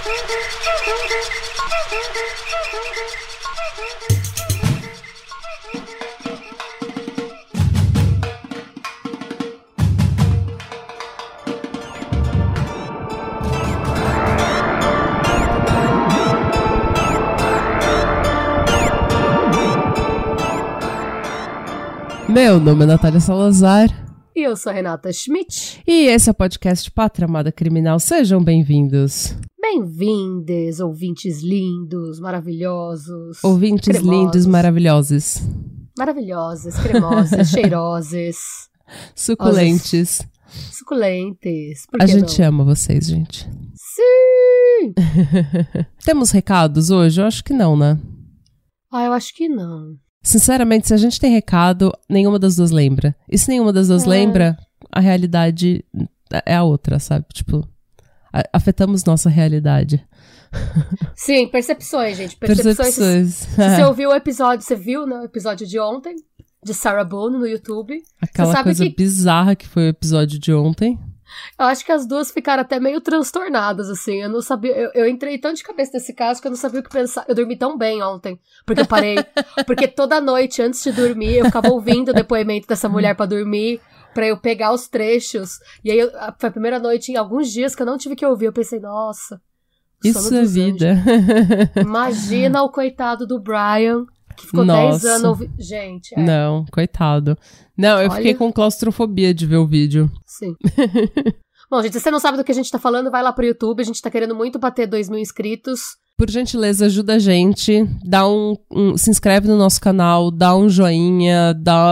Meu nome é Natália Salazar. E eu sou a Renata Schmidt. E esse é o podcast Pátria Amada Criminal. Sejam bem-vindos. Bem-vindes, ouvintes lindos, maravilhosos. Ouvintes cremosos. Lindos, maravilhosos. Maravilhosos, cremosos, cheirosos. Suculentes. Suculentes. Por A que gente não? ama vocês, gente. Sim! Temos recados hoje? Eu acho que não, né? Eu acho que não. Sinceramente, se a gente tem recado, nenhuma das duas lembra. E se nenhuma das duas lembra, a realidade é a outra, sabe? Tipo, afetamos nossa realidade. Sim, percepções, gente. Percepções. Se você ouviu o episódio, você viu, né? O episódio de ontem, de Sarah Boone no YouTube. Aquela coisa bizarra que foi o episódio de ontem. Eu acho que as duas ficaram até meio transtornadas, assim. Eu não sabia. Eu entrei tão de cabeça nesse caso que eu não sabia o que pensar. Eu dormi tão bem ontem, porque eu parei. Porque toda noite, antes de dormir, eu ficava ouvindo o depoimento dessa mulher pra dormir, pra eu pegar os trechos. E aí, foi a primeira noite em alguns dias que eu não tive que ouvir. Eu pensei, nossa. Isso é vida. Imagina o coitado do Brian, que ficou 10 anos ouvindo. Gente, Não, coitado. Não, eu fiquei com claustrofobia de ver o vídeo. Sim. Bom, gente, se você não sabe do que a gente tá falando, vai lá pro YouTube. A gente tá querendo muito bater 2.000 inscritos. Por gentileza, ajuda a gente. Dá se inscreve no nosso canal, dá um joinha,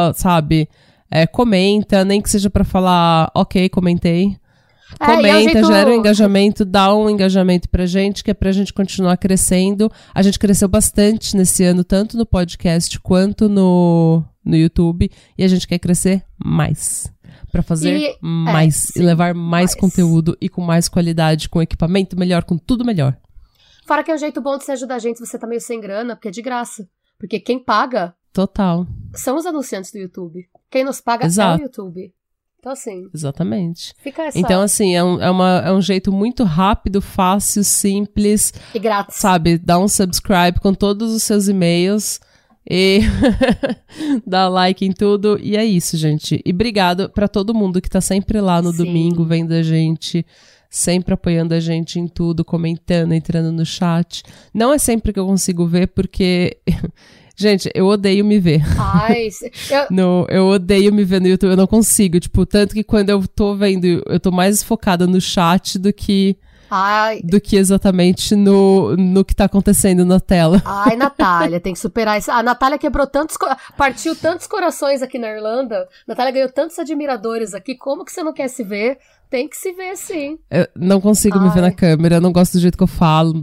comenta, nem que seja pra falar, ok, comentei. Comenta, gera um engajamento, dá um engajamento pra gente, que é pra gente continuar crescendo. A gente cresceu bastante nesse ano, tanto no podcast quanto no YouTube, e a gente quer crescer mais. Pra fazer mais e levar mais conteúdo e com mais qualidade, com equipamento melhor, com tudo melhor. Fora que é um jeito bom de você ajudar a gente se você tá meio sem grana, porque é de graça. Porque quem paga Total. São os anunciantes do YouTube. Quem nos paga Exato. é o YouTube. Então, assim... Exatamente. Fica essa... Então, assim, é um jeito muito rápido, fácil, simples. E grátis. Sabe? Dá um subscribe com todos os seus e-mails. E dá like em tudo. E é isso, gente. E obrigado pra todo mundo que tá sempre lá no domingo, vendo a gente, sempre apoiando a gente em tudo, comentando, entrando no chat. Não é sempre que eu consigo ver, porque... Gente, eu odeio me ver. Eu odeio me ver no YouTube, eu não consigo. Tipo, tanto que quando eu tô vendo, eu tô mais focada no chat do que exatamente no que tá acontecendo na tela. Ai, Natália, tem que superar isso. A Natália quebrou partiu tantos corações aqui na Irlanda. A Natália ganhou tantos admiradores aqui. Como que você não quer se ver? Tem que se ver, sim. Eu não consigo me ver na câmera, eu não gosto do jeito que eu falo.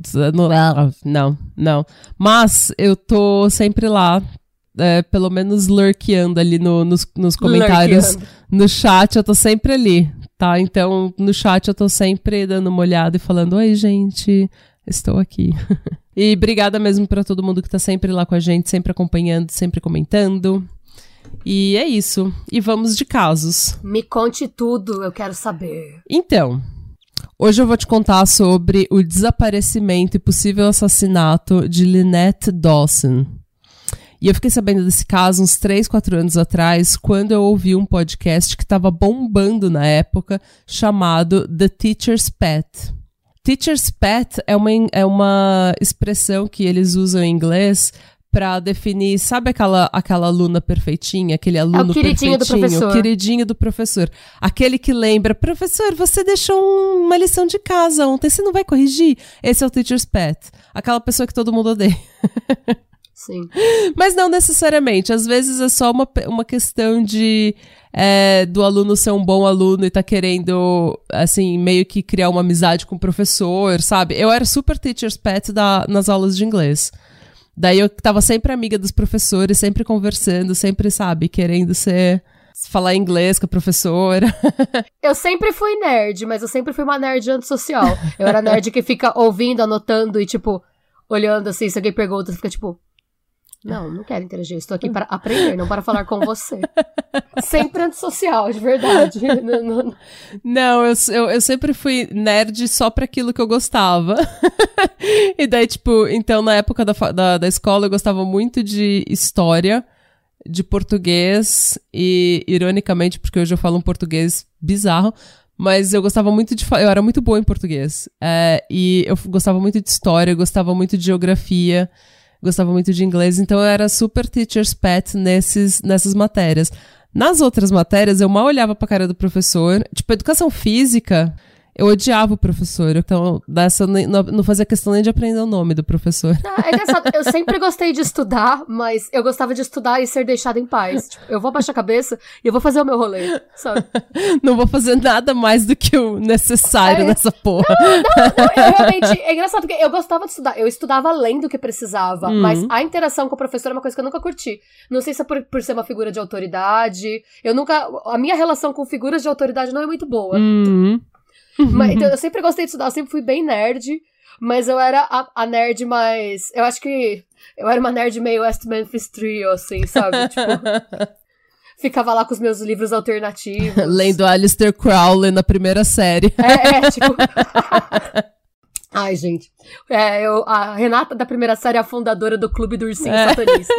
Não. Mas eu tô sempre lá, pelo menos lurkeando ali nos comentários. No chat, eu tô sempre ali, tá? Então, no chat eu tô sempre dando uma olhada e falando, oi, gente, estou aqui. E obrigada mesmo pra todo mundo que tá sempre lá com a gente, sempre acompanhando, sempre comentando. E é isso. E vamos de casos. Me conte tudo, eu quero saber. Então, hoje eu vou te contar sobre o desaparecimento e possível assassinato de Lynette Dawson. E eu fiquei sabendo desse caso uns 3, 4 anos atrás, quando eu ouvi um podcast que estava bombando na época, chamado The Teacher's Pet. Teacher's Pet é uma expressão que eles usam em inglês pra definir, sabe aquela aluna perfeitinha, aquele aluno perfeitinho, o queridinho do professor. Aquele que lembra, professor, você deixou uma lição de casa ontem, você não vai corrigir? Esse é o teacher's pet. Aquela pessoa que todo mundo odeia. Sim. Mas não necessariamente. Às vezes é só uma questão de do aluno ser um bom aluno e tá querendo, assim, meio que criar uma amizade com o professor, sabe? Eu era super teacher's pet nas aulas de inglês. Daí eu tava sempre amiga dos professores, sempre conversando, sempre, sabe, querendo falar inglês com a professora. Eu sempre fui nerd, mas eu sempre fui uma nerd antissocial. Eu era nerd que fica ouvindo, anotando e, tipo, olhando assim, se alguém pergunta, fica tipo... Não quero interagir. Eu estou aqui para aprender, não para falar com você. Sempre antissocial, de verdade. Não, eu sempre fui nerd só pra aquilo que eu gostava. E daí, tipo, então na época da escola eu gostava muito de história, de português e, ironicamente, porque hoje eu falo um português bizarro, mas eu gostava muito eu era muito boa em português. E eu gostava muito de história, eu gostava muito de geografia, gostava muito de inglês, então eu era super teacher's pet nessas matérias. Nas outras matérias, eu mal olhava pra cara do professor. Tipo, educação física, eu odiava o professor. Então, não fazia questão nem de aprender o nome do professor. É engraçado, eu sempre gostei de estudar, mas eu gostava de estudar e ser deixada em paz. Tipo, eu vou abaixar a cabeça e eu vou fazer o meu rolê, sabe? Não vou fazer nada mais do que o necessário nessa porra. Não, eu realmente... É engraçado porque eu gostava de estudar. Eu estudava além do que precisava, mas a interação com o professor é uma coisa que eu nunca curti. Não sei se é por ser uma figura de autoridade. A minha relação com figuras de autoridade não é muito boa. Mas, então, eu sempre gostei de estudar, eu sempre fui bem nerd, mas eu era a nerd mais... Eu acho que eu era uma nerd meio West Memphis Trio, assim, sabe? Tipo, ficava lá com os meus livros alternativos. Lendo Aleister Crowley na primeira série. Tipo... Ai, gente. A Renata da primeira série é a fundadora do Clube do Ursinho Satanista.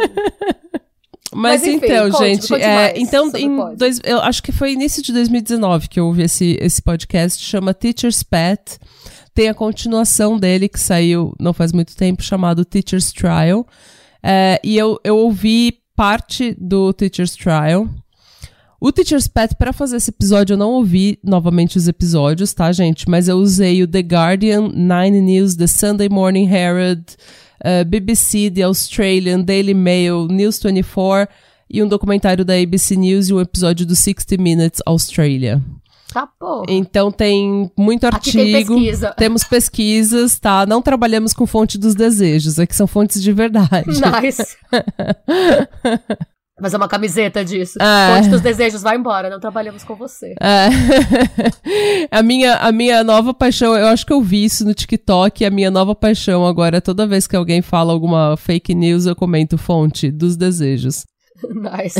Mas enfim, então, gente, então eu acho que foi início de 2019 que eu ouvi esse podcast, chama Teacher's Pet. Tem a continuação dele, que saiu não faz muito tempo, chamado Teacher's Trial. E eu ouvi parte do Teacher's Trial. O Teacher's Pet, para fazer esse episódio, eu não ouvi novamente os episódios, tá, gente? Mas eu usei o The Guardian, Nine News, The Sunday Morning Herald, BBC, The Australian, Daily Mail, News 24 e um documentário da ABC News e um episódio do 60 Minutes Australia. Tá, porra. Então tem muito artigo. Aqui tem pesquisa. Temos pesquisas, tá? Não trabalhamos com fonte dos desejos, aqui são fontes de verdade. Nice. Fazer uma camiseta disso. Fonte dos desejos, vai embora, não trabalhamos com você. A minha nova paixão, eu acho que eu vi isso no TikTok, a minha nova paixão agora, toda vez que alguém fala alguma fake news, eu comento fonte dos desejos. Nice.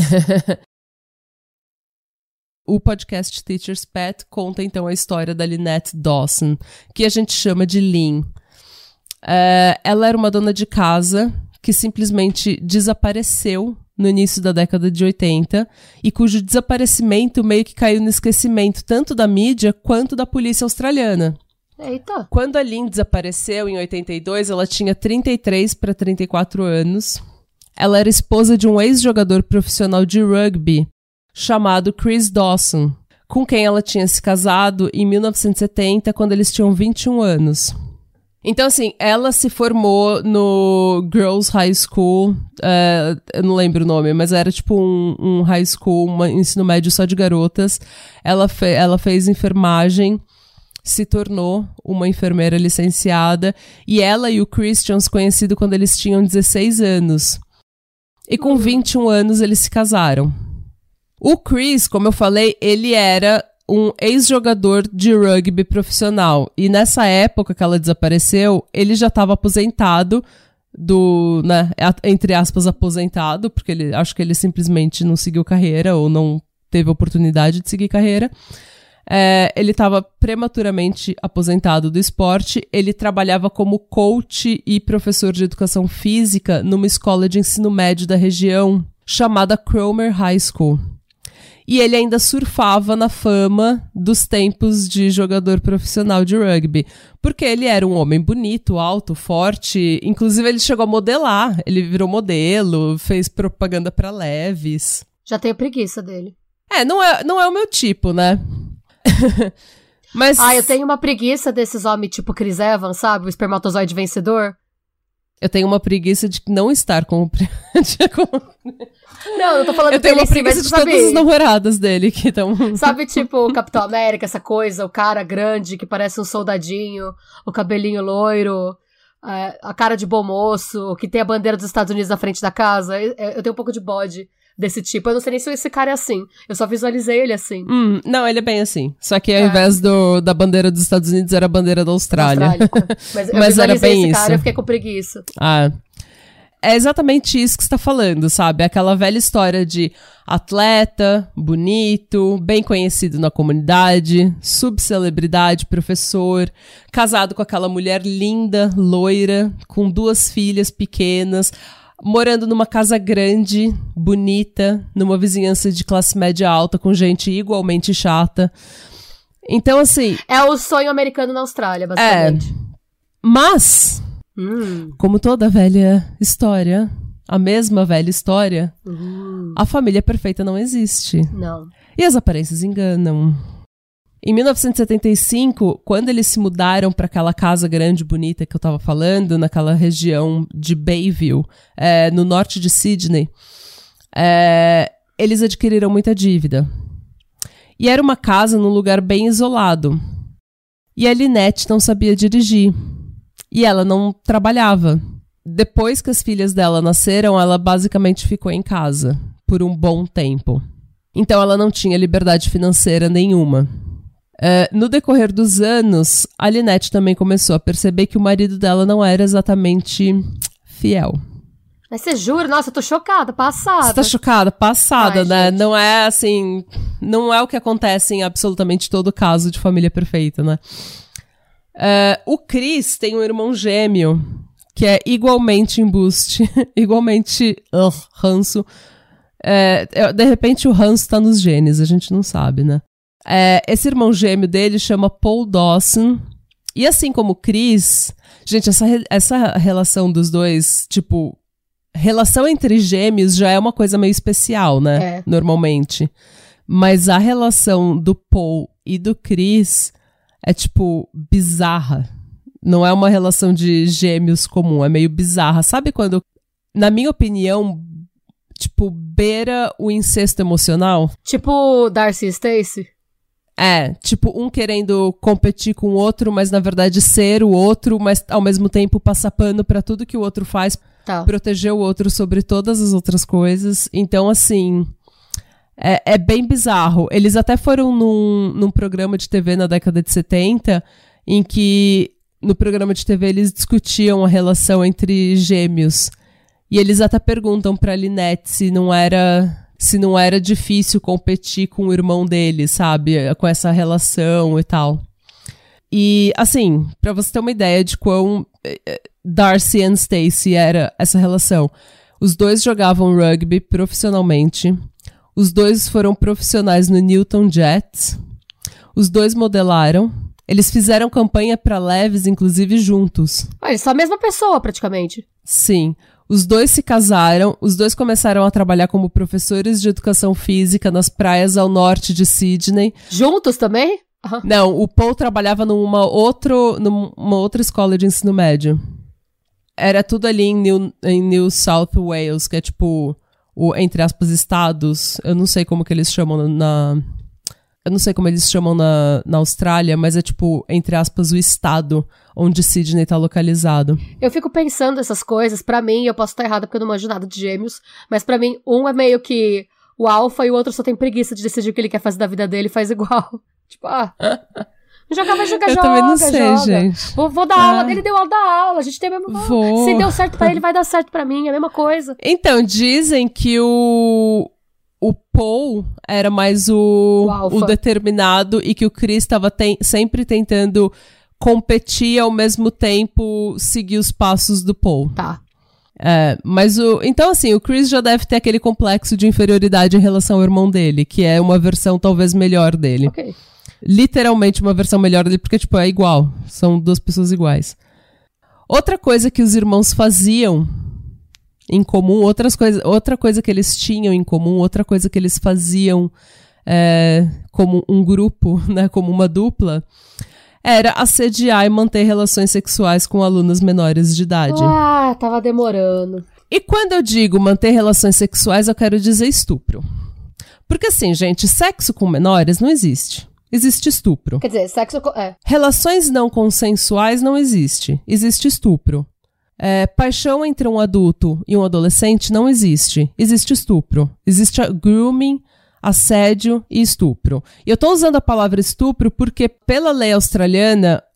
O podcast Teacher's Pet conta então a história da Lynette Dawson, que a gente chama de Lynn. Ela era uma dona de casa que simplesmente desapareceu no início da década de 80 e cujo desaparecimento meio que caiu no esquecimento tanto da mídia quanto da polícia australiana. Eita! Quando a Lynn desapareceu em 82, ela tinha 33 para 34 anos. Ela era esposa de um ex-jogador profissional de rugby chamado Chris Dawson, com quem ela tinha se casado em 1970, quando eles tinham 21 anos. Então, assim, ela se formou no Girls High School, eu não lembro o nome, mas era tipo um high school, um ensino médio só de garotas. Ela fez enfermagem, se tornou uma enfermeira licenciada, e ela e o Christian se conheciam quando eles tinham 16 anos. E com 21 anos eles se casaram. O Chris, como eu falei, ele era um ex-jogador de rugby profissional. E nessa época que ela desapareceu, ele já estava aposentado entre aspas, aposentado, porque acho que ele simplesmente não seguiu carreira ou não teve oportunidade de seguir carreira. Ele estava prematuramente aposentado do esporte. Ele trabalhava como coach e professor de educação física numa escola de ensino médio da região chamada Cromer High School. E ele ainda surfava na fama dos tempos de jogador profissional de rugby. Porque ele era um homem bonito, alto, forte. Inclusive, ele chegou a modelar. Ele virou modelo, fez propaganda pra Levi's. Já tenho preguiça dele. Não é o meu tipo, né? Mas... eu tenho uma preguiça desses homens tipo Chris Evans, sabe? O espermatozoide vencedor. Eu tenho uma preguiça de não estar com o... Não, eu tô falando eu tenho uma preguiça de todas as namoradas dele que estão... Sabe, tipo, o Capitão América, essa coisa, o cara grande que parece um soldadinho, o cabelinho loiro, a cara de bom moço, que tem a bandeira dos Estados Unidos na frente da casa. Eu tenho um pouco de bode desse tipo. Eu não sei nem se esse cara é assim. Eu só visualizei ele assim. Não, ele é bem assim. Só que ao invés da bandeira dos Estados Unidos, era a bandeira da Austrália. Mas eu visualizei era bem esse cara, eu fiquei com preguiça. é exatamente isso que você tá falando, sabe? Aquela velha história de atleta, bonito, bem conhecido na comunidade, subcelebridade, professor, casado com aquela mulher linda, loira, com 2 filhas pequenas, morando numa casa grande, bonita, numa vizinhança de classe média alta, com gente igualmente chata. Então, assim... É o sonho americano na Austrália, basicamente. Mas, como toda velha história, a mesma velha história, a família perfeita não existe. Não. E as aparências enganam. Em 1975, quando eles se mudaram para aquela casa grande e bonita que eu tava falando, naquela região de Bayview, no norte de Sydney, eles adquiriram muita dívida. E era uma casa num lugar bem isolado. E a Lynette não sabia dirigir. E ela não trabalhava. Depois que as filhas dela nasceram, ela basicamente ficou em casa por um bom tempo. Então ela não tinha liberdade financeira nenhuma. No decorrer dos anos, a Lynette também começou a perceber que o marido dela não era exatamente fiel. Mas você jura? Nossa, eu tô chocada, passada. Você tá chocada? Passada, Ai, né? gente. Não é assim... Não é o que acontece em absolutamente todo caso de família perfeita, né? O Chris tem um irmão gêmeo que é igualmente embuste, igualmente ranço. De repente o ranço tá nos genes, a gente não sabe, né? Esse irmão gêmeo dele chama Paul Dawson. E assim como o Chris... Gente, essa relação dos dois, tipo... Relação entre gêmeos já é uma coisa meio especial, né? Normalmente. Mas a relação do Paul e do Chris é, tipo, bizarra. Não é uma relação de gêmeos comum, é meio bizarra. Sabe quando, na minha opinião, tipo, beira o incesto emocional? Tipo Darcy e Stacey? Tipo, um querendo competir com o outro, mas na verdade ser o outro, mas ao mesmo tempo passar pano pra tudo que o outro faz, proteger o outro sobre todas as outras coisas. Então, assim, é bem bizarro. Eles até foram num programa de TV na década de 70, em que no programa de TV eles discutiam a relação entre gêmeos. E eles até perguntam pra Lynette se não era difícil competir com o irmão dele, sabe? Com essa relação e tal. E, assim, pra você ter uma ideia de quão Darcy e Stacey era essa relação. Os dois jogavam rugby profissionalmente. Os dois foram profissionais no Newton Jets. Os dois modelaram. Eles fizeram campanha pra Levi's, inclusive, juntos. Eles são a mesma pessoa, praticamente. Sim. Os dois se casaram, os dois começaram a trabalhar como professores de educação física nas praias ao norte de Sydney. Juntos também? Uhum. Não, o Paul trabalhava numa outra escola de ensino médio. Era tudo ali em New South Wales, que é tipo, entre aspas, estados. Eu não sei como que eles chamam Eu não sei como eles chamam na Austrália, mas é tipo, entre aspas, o estado onde Sydney tá localizado. Eu fico pensando essas coisas, pra mim, eu posso estar errada porque eu não manjo nada de gêmeos, mas pra mim, um é meio que o alfa e o outro só tem preguiça de decidir o que ele quer fazer da vida dele e faz igual. Tipo, jogar, vai jogar, eu joga, também não sei, joga. Gente. Vou dar aula, ele deu aula da aula, a gente tem a mesma... Se deu certo pra ele, vai dar certo pra mim, é a mesma coisa. Então, dizem que o Paul era mais o determinado e que o Chris estava sempre tentando competir e ao mesmo tempo seguir os passos do Paul. Tá. Mas então assim, o Chris já deve ter aquele complexo de inferioridade em relação ao irmão dele, que é uma versão talvez melhor dele. Ok. Literalmente uma versão melhor dele, porque tipo, é igual. São duas pessoas iguais. Outra coisa que os irmãos faziam em comum, outra coisa que eles tinham em comum, outra coisa que eles faziam como um grupo, né, como uma dupla, era assediar e manter relações sexuais com alunas menores de idade. Tava demorando. E quando eu digo manter relações sexuais, eu quero dizer estupro. Porque assim, gente, sexo com menores não existe. Existe estupro. Quer dizer, sexo... Relações não consensuais não existe. Existe estupro. Paixão entre um adulto e um adolescente não existe. Existe estupro. Existe grooming, assédio e estupro. E eu tô usando a palavra estupro porque, pela lei australiana,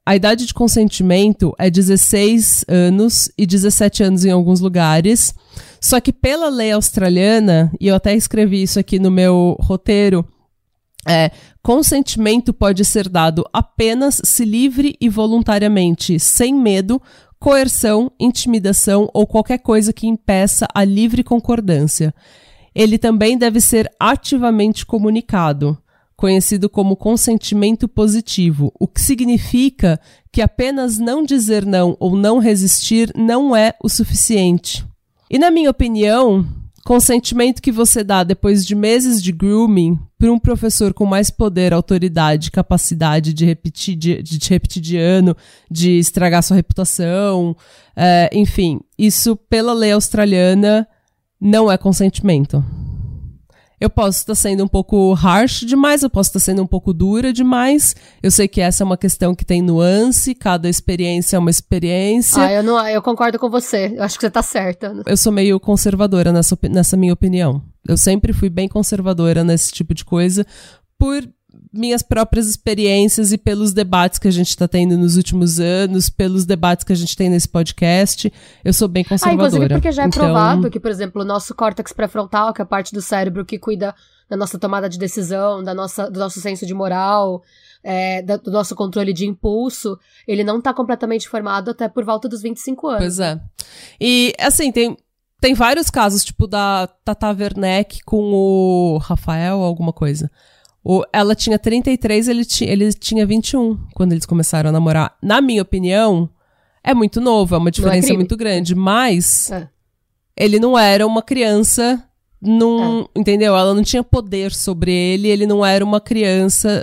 a idade de consentimento é 16 anos e 17 anos em alguns lugares. Só que pela lei australiana, e eu até escrevi isso aqui no meu roteiro, consentimento pode ser dado apenas se livre e voluntariamente, sem medo, coerção, intimidação ou qualquer coisa que impeça a livre concordância. Ele também deve ser ativamente comunicado, conhecido como consentimento positivo, o que significa que apenas não dizer não ou não resistir não é o suficiente. E na minha opinião, consentimento que você dá depois de meses de grooming para um professor com mais poder, autoridade, capacidade de repetir de ano, de estragar sua reputação, enfim, isso pela lei australiana não é consentimento. Eu posso estar sendo um pouco harsh demais, eu posso estar sendo um pouco dura demais. Eu sei que essa é uma questão que tem nuance, cada experiência é uma experiência. Eu concordo com você. Eu acho que você tá certa. Eu sou meio conservadora nessa minha opinião. Eu sempre fui bem conservadora nesse tipo de coisa, por minhas próprias experiências e pelos debates que a gente está tendo nos últimos anos, pelos debates que a gente tem nesse podcast, eu sou bem conservadora. Inclusive porque já é provado que, por exemplo, o nosso córtex pré-frontal, que é a parte do cérebro que cuida da nossa tomada de decisão, do nosso senso de moral, do nosso controle de impulso, ele não está completamente formado até por volta dos 25 anos. Pois é. E, assim, tem vários casos, tipo da Tata Werneck com o Rafael, alguma coisa. Ela tinha 33, ele tinha 21 quando eles começaram a namorar. Na minha opinião, é muito novo, é uma diferença muito grande, mas ele não era uma criança, entendeu? Ela não tinha poder sobre ele não era uma criança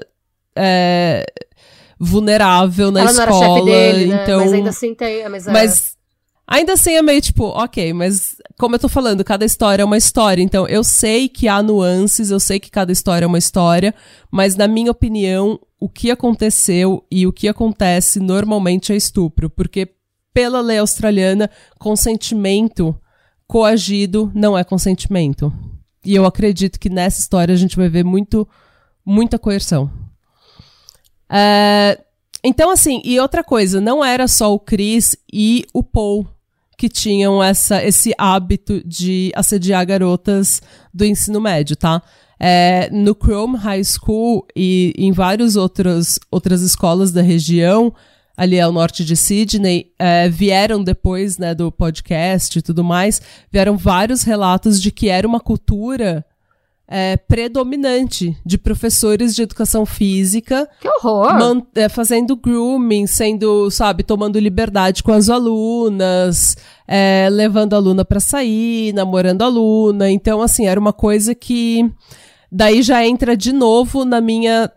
vulnerável na escola. Ela não era chefe dele, né? Então, mas ainda assim tem... Mas ainda assim é meio tipo, ok, mas como eu tô falando, cada história é uma história, então eu sei que há nuances, eu sei que cada história é uma história, mas na minha opinião, o que aconteceu e o que acontece normalmente é estupro, porque pela lei australiana, consentimento coagido não é consentimento. E eu acredito que nessa história a gente vai ver muita coerção. Então, assim, e outra coisa, não era só o Chris e o Paul que tinham esse hábito de assediar garotas do ensino médio, tá? No Crome High School e em várias outras escolas da região, ali ao norte de Sydney, vieram depois, né, do podcast e tudo mais, vieram vários relatos de que era uma cultura predominante de professores de educação física. Que horror! Fazendo grooming, tomando liberdade com as alunas, levando a aluna pra sair, namorando a aluna. Então, assim, era uma coisa que daí já entra de novo na minha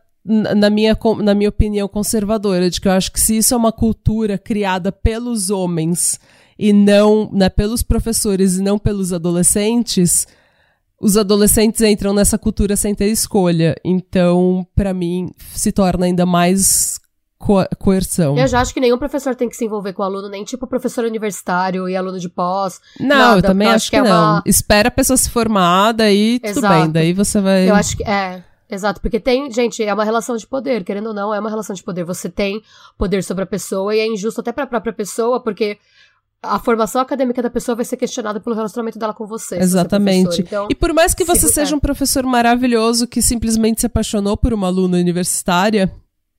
opinião conservadora, de que eu acho que se isso é uma cultura criada pelos homens e não, né, pelos professores e não pelos adolescentes, os adolescentes entram nessa cultura sem ter escolha. Então, pra mim, se torna ainda mais coerção. Eu já acho que nenhum professor tem que se envolver com o aluno, nem tipo professor universitário e aluno de pós. Não, nada. eu também acho que não. Espera a pessoa se formar, daí tudo bem, daí você vai... Eu acho que exato, porque gente, é uma relação de poder, querendo ou não, é uma relação de poder. Você tem poder sobre a pessoa e é injusto até pra própria pessoa, porque a formação acadêmica da pessoa vai ser questionada pelo relacionamento dela com você. Exatamente. Então, e por mais que você seja um professor maravilhoso que simplesmente se apaixonou por uma aluna universitária,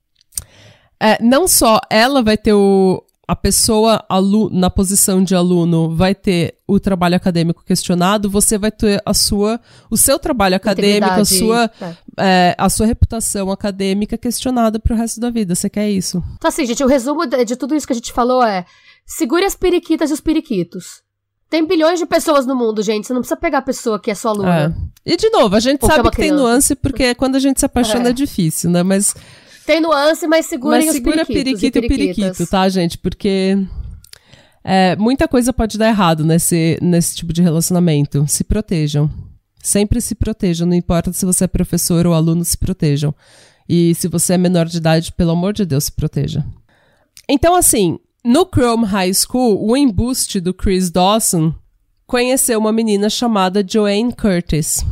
não só ela vai ter a pessoa na posição de aluno vai ter o trabalho acadêmico questionado, você vai ter o seu trabalho acadêmico, a sua reputação acadêmica questionada pro resto da vida. Você quer isso? Então, assim, gente, o resumo de tudo isso que a gente falou segure as periquitas e os periquitos. Tem bilhões de pessoas no mundo, gente. Você não precisa pegar a pessoa que é sua aluna. E, de novo, a gente sabe que tem nuance, porque quando a gente se apaixona é difícil, né? Mas tem nuance, mas segura os periquitos e periquito, tá, gente? Porque muita coisa pode dar errado nesse tipo de relacionamento. Se protejam. Sempre se protejam. Não importa se você é professor ou aluno, se protejam. E se você é menor de idade, pelo amor de Deus, se proteja. Então, assim, no Crome High School, o embuste do Chris Dawson conheceu uma menina chamada Joanne Curtis.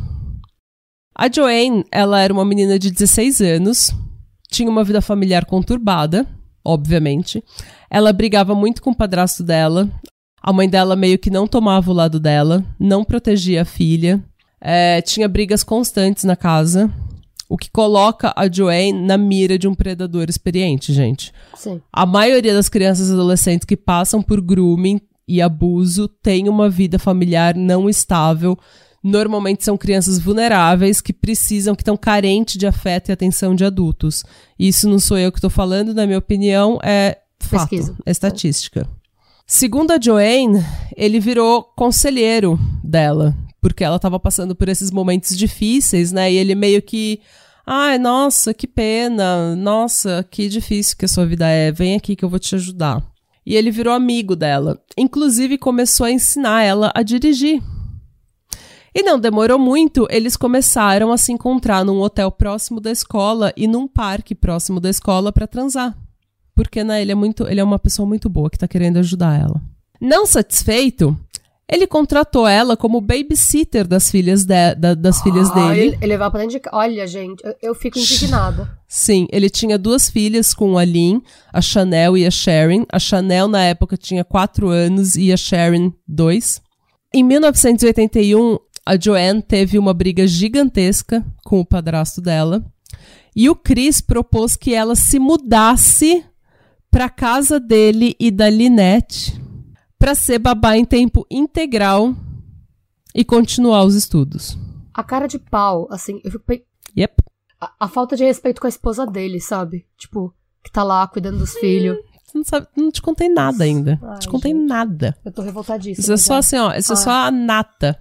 A Joanne, ela era uma menina de 16 anos, tinha uma vida familiar conturbada, obviamente. Ela brigava muito com o padrasto dela. A mãe dela meio que não tomava o lado dela, não protegia a filha. Tinha brigas constantes na casa, o que coloca a Joanne na mira de um predador experiente, gente. Sim. A maioria das crianças e adolescentes que passam por grooming e abuso tem uma vida familiar não estável. Normalmente são crianças vulneráveis que estão carentes de afeto e atenção de adultos. Isso não sou eu que estou falando, na minha opinião, é fato, é estatística. Segundo a Joanne, ele virou conselheiro dela, porque ela estava passando por esses momentos difíceis, né? E ele meio que, ai, nossa, que pena, nossa, que difícil que a sua vida é, vem aqui que eu vou te ajudar. E ele virou amigo dela, inclusive começou a ensinar ela a dirigir. E não demorou muito, eles começaram a se encontrar num hotel próximo da escola e num parque próximo da escola para transar. Porque, né, ele é uma pessoa muito boa que tá querendo ajudar ela. Não satisfeito, ele contratou ela como babysitter das filhas dele. Ele levava pra dentro de casa. Olha, gente, eu fico indignada. Sim, ele tinha 2 filhas com a Lynn, a Chanel e a Sharon. A Chanel, na época, tinha 4 anos e a Sharon, 2. Em 1981, a Joanne teve uma briga gigantesca com o padrasto dela. E o Chris propôs que ela se mudasse pra casa dele e da Lynette pra ser babá em tempo integral e continuar os estudos. A cara de pau, assim, eu fico... Yep. A falta de respeito com a esposa dele, sabe? Tipo, que tá lá cuidando dos filhos. Não te contei nada ainda. Não te contei nada. Eu tô revoltadíssima. Isso é só assim, ó. Isso é só a nata.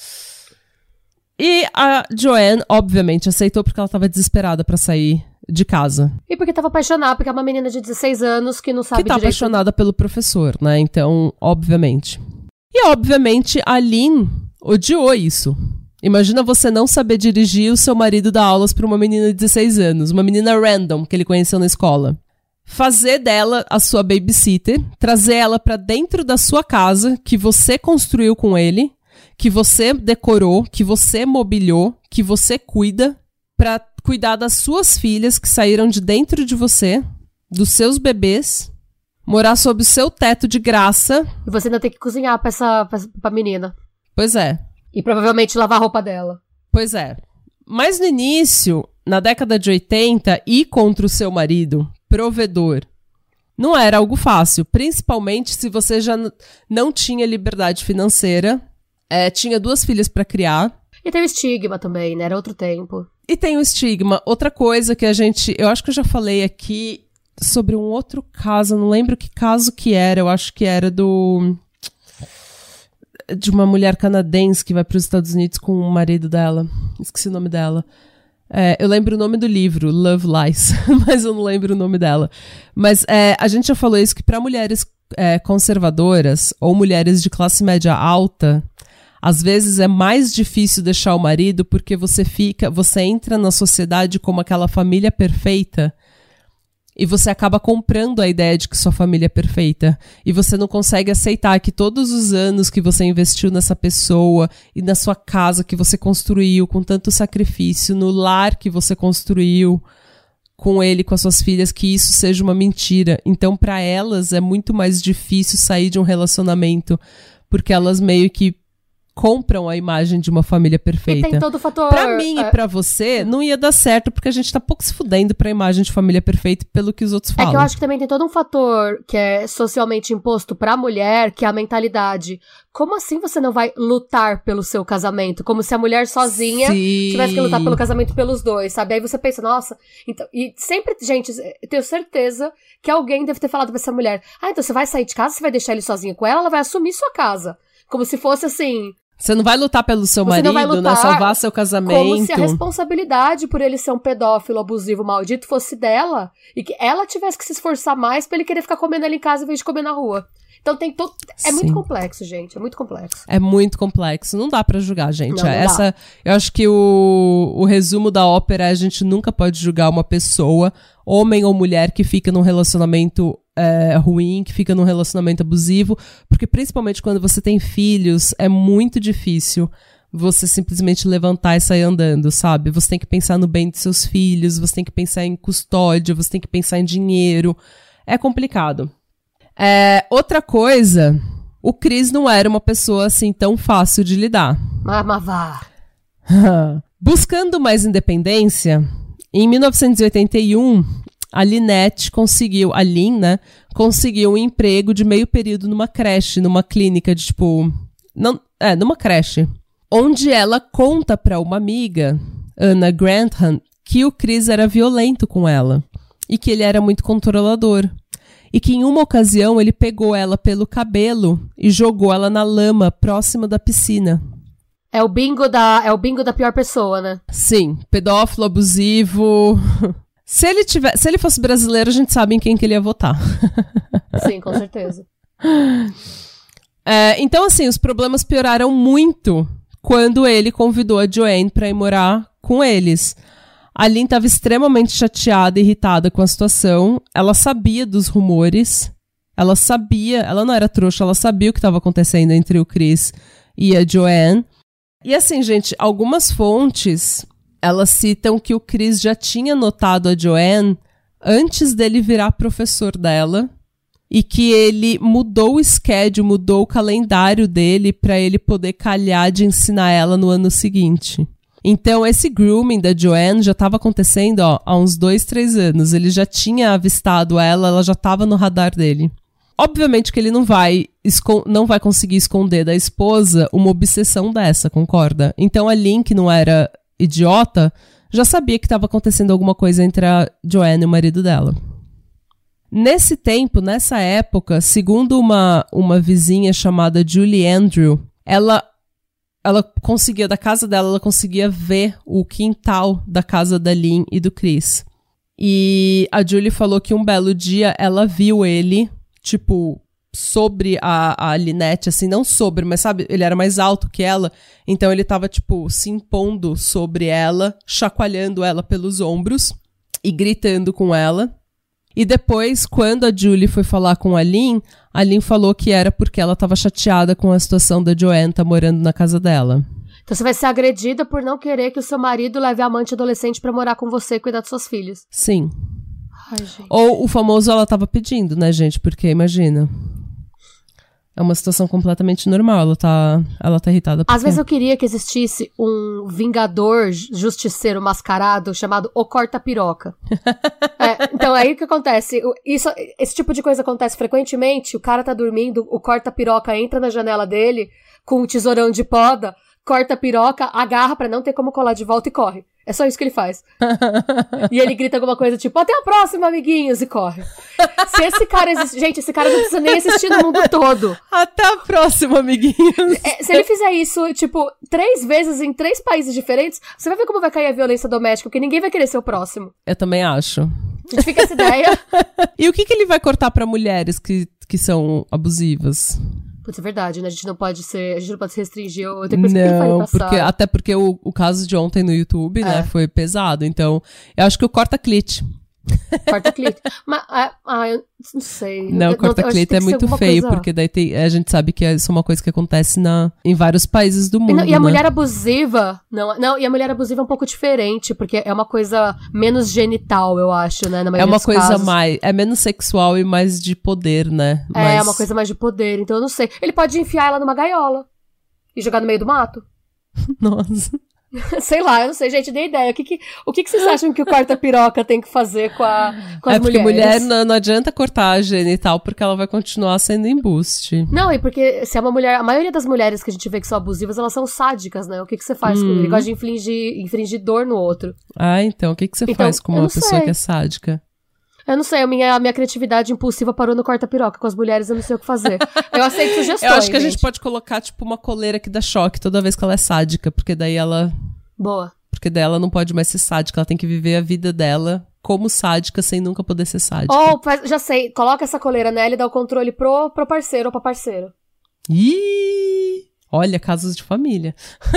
E a Joanne, obviamente, aceitou porque ela tava desesperada pra sair de casa. E porque tava apaixonada, porque é uma menina de 16 anos que não sabe direito... Que tá apaixonada pelo professor, né? Então, obviamente. E, obviamente, a Lynn odiou isso. Imagina você não saber dirigir e o seu marido dar aulas pra uma menina de 16 anos. Uma menina random que ele conheceu na escola. Fazer dela a sua babysitter, trazer ela pra dentro da sua casa, que você construiu com ele, que você decorou, que você mobiliou, que você cuida, pra cuidar das suas filhas que saíram de dentro de você, dos seus bebês, morar sob o seu teto de graça. E você ainda tem que cozinhar pra menina. Pois é. E provavelmente lavar a roupa dela. Pois é. Mas no início, na década de 80, ir contra o seu marido, provedor, não era algo fácil. Principalmente se você já não tinha liberdade financeira, tinha 2 filhas pra criar. E tem o estigma também, né? Era outro tempo. E tem o estigma. Outra coisa que eu acho que eu já falei aqui sobre um outro caso, eu não lembro que caso que era, eu acho que era de uma mulher canadense que vai para os Estados Unidos com o marido dela. Esqueci o nome dela. Eu lembro o nome do livro, Love Lies, mas eu não lembro o nome dela. Mas a gente já falou isso, que para mulheres conservadoras ou mulheres de classe média alta, às vezes é mais difícil deixar o marido porque você entra na sociedade como aquela família perfeita e você acaba comprando a ideia de que sua família é perfeita e você não consegue aceitar que todos os anos que você investiu nessa pessoa e na sua casa que você construiu com tanto sacrifício, no lar que você construiu com ele, com as suas filhas, que isso seja uma mentira. Então, para elas é muito mais difícil sair de um relacionamento porque elas meio que compram a imagem de uma família perfeita. E tem todo o fator... Pra mim e pra você, não ia dar certo, porque a gente tá pouco se fudendo pra imagem de família perfeita pelo que os outros falam. É que eu acho que também tem todo um fator que é socialmente imposto pra mulher, que é a mentalidade. Como assim você não vai lutar pelo seu casamento? Como se a mulher sozinha tivesse que lutar pelo casamento pelos dois, sabe? Aí você pensa, nossa... Então, e sempre, gente, eu tenho certeza que alguém deve ter falado pra essa mulher, então você vai sair de casa, você vai deixar ele sozinho com ela vai assumir sua casa. Como se fosse assim... Você não vai lutar pelo seu marido, né? Salvar seu casamento. Como se a responsabilidade por ele ser um pedófilo, abusivo, maldito, fosse dela. E que ela tivesse que se esforçar mais pra ele querer ficar comendo ali em casa em vez de comer na rua. Então tem todo... É muito complexo, gente. É muito complexo. É muito complexo. Não dá pra julgar, gente. Não dá. Eu acho que o resumo da ópera é a gente nunca pode julgar uma pessoa, homem ou mulher, que fica num relacionamento ruim, que fica num relacionamento abusivo, porque principalmente quando você tem filhos, é muito difícil você simplesmente levantar e sair andando, sabe? Você tem que pensar no bem dos seus filhos, você tem que pensar em custódia, você tem que pensar em dinheiro. é complicado. Outra coisa, o Chris não era uma pessoa assim tão fácil de lidar. Mas vá. Buscando mais independência, em 1981, a Lynette conseguiu um emprego de meio período numa creche, numa clínica de numa creche, onde ela conta pra uma amiga, Anna Grantham, que o Chris era violento com ela e que ele era muito controlador. E que em uma ocasião ele pegou ela pelo cabelo e jogou ela na lama próxima da piscina. É o bingo da pior pessoa, né? Sim, pedófilo, abusivo. Se ele fosse brasileiro, a gente sabe em quem que ele ia votar. Sim, com certeza. Então, assim, os problemas pioraram muito quando ele convidou a Joanne pra ir morar com eles. A Lynn estava extremamente chateada e irritada com a situação. Ela sabia dos rumores. Ela não era trouxa, ela sabia o que estava acontecendo entre o Chris e a Joanne. E assim, gente, algumas fontes, elas citam que o Chris já tinha notado a Joanne antes dele virar professor dela e que ele mudou o schedule, mudou o calendário dele para ele poder calhar de ensinar ela no ano seguinte. Então, esse grooming da Joanne já estava acontecendo há uns 2, 3 anos. Ele já tinha avistado ela já estava no radar dele. Obviamente que ele não vai conseguir esconder da esposa uma obsessão dessa, concorda? Então, a Lynn, que não era idiota, já sabia que estava acontecendo alguma coisa entre a Joanne e o marido dela. Nesse tempo, nessa época, segundo uma vizinha chamada Julie Andrew, ela conseguia, da casa dela, ela conseguia ver o quintal da casa da Lynn e do Chris. E a Julie falou que um belo dia ela viu ele, sobre a Lynette, assim, não sobre, mas sabe, ele era mais alto que ela, então ele tava, se impondo sobre ela, chacoalhando ela pelos ombros e gritando com ela. E depois, quando a Julie foi falar com a Lynn falou que era porque ela tava chateada com a situação da Joanne tá morando na casa dela. Então você vai ser agredida por não querer que o seu marido leve a amante adolescente pra morar com você e cuidar dos seus filhos. Sim. Ai, gente. Ou o famoso ela tava pedindo, né, gente? Porque, imagina, é uma situação completamente normal, ela tá irritada. Às vezes eu queria que existisse um vingador justiceiro mascarado chamado O Corta-Piroca. Então, aí o que acontece? Esse tipo de coisa acontece frequentemente, o cara tá dormindo, o Corta-Piroca entra na janela dele com um tesourão de poda, corta a piroca, agarra pra não ter como colar de volta e corre. É só isso que ele faz. E ele grita alguma coisa tipo, até a próxima, amiguinhos, e corre. Se esse cara existe... Gente, esse cara não precisa nem existir no mundo todo. Até a próxima, amiguinhos. Se ele fizer isso, 3 vezes em 3 países diferentes, você vai ver como vai cair a violência doméstica, porque ninguém vai querer ser o próximo. Eu também acho. A gente fica essa ideia. E o que ele vai cortar pra mulheres que são abusivas? Putz, é verdade, né? A gente não pode se restringir. Eu tenho que pensar que ele vai até porque o caso de ontem no YouTube, né, foi pesado. Então, eu acho que o corta-clit. Corta-clit. Mas, eu não sei. Não, corta-clit é muito feio, porque daí a gente sabe que isso é uma coisa que acontece em vários países do mundo. E a mulher abusiva, e a mulher abusiva é um pouco diferente, porque é uma coisa menos genital, eu acho, né? Na maioria dos casos. É uma coisa é menos sexual e mais de poder, né? É uma coisa mais de poder, então eu não sei. Ele pode enfiar ela numa gaiola e jogar no meio do mato. Nossa. Sei lá, eu não sei, gente, dei ideia. O que vocês acham que o corta-piroca tem que fazer com as mulheres? Porque mulher não adianta cortar a genital, porque ela vai continuar sendo embuste. Não, e porque se é uma mulher... A maioria das mulheres que a gente vê que são abusivas, elas são sádicas, né? O que você faz com ele? Ele gosta de infringir dor no outro. Então, o que você faz com uma pessoa que é sádica? Eu não sei, a minha criatividade impulsiva parou no corta-piroca. Com as mulheres eu não sei o que fazer. Eu aceito sugestões, eu acho que a gente pode colocar, uma coleira que dá choque toda vez que ela é sádica, porque daí ela... Boa. Porque daí ela não pode mais ser sádica, ela tem que viver a vida dela como sádica, sem nunca poder ser sádica. Já sei, coloca essa coleira nela e dá o controle pro parceiro ou pra parceira. Ih! Olha, casos de família.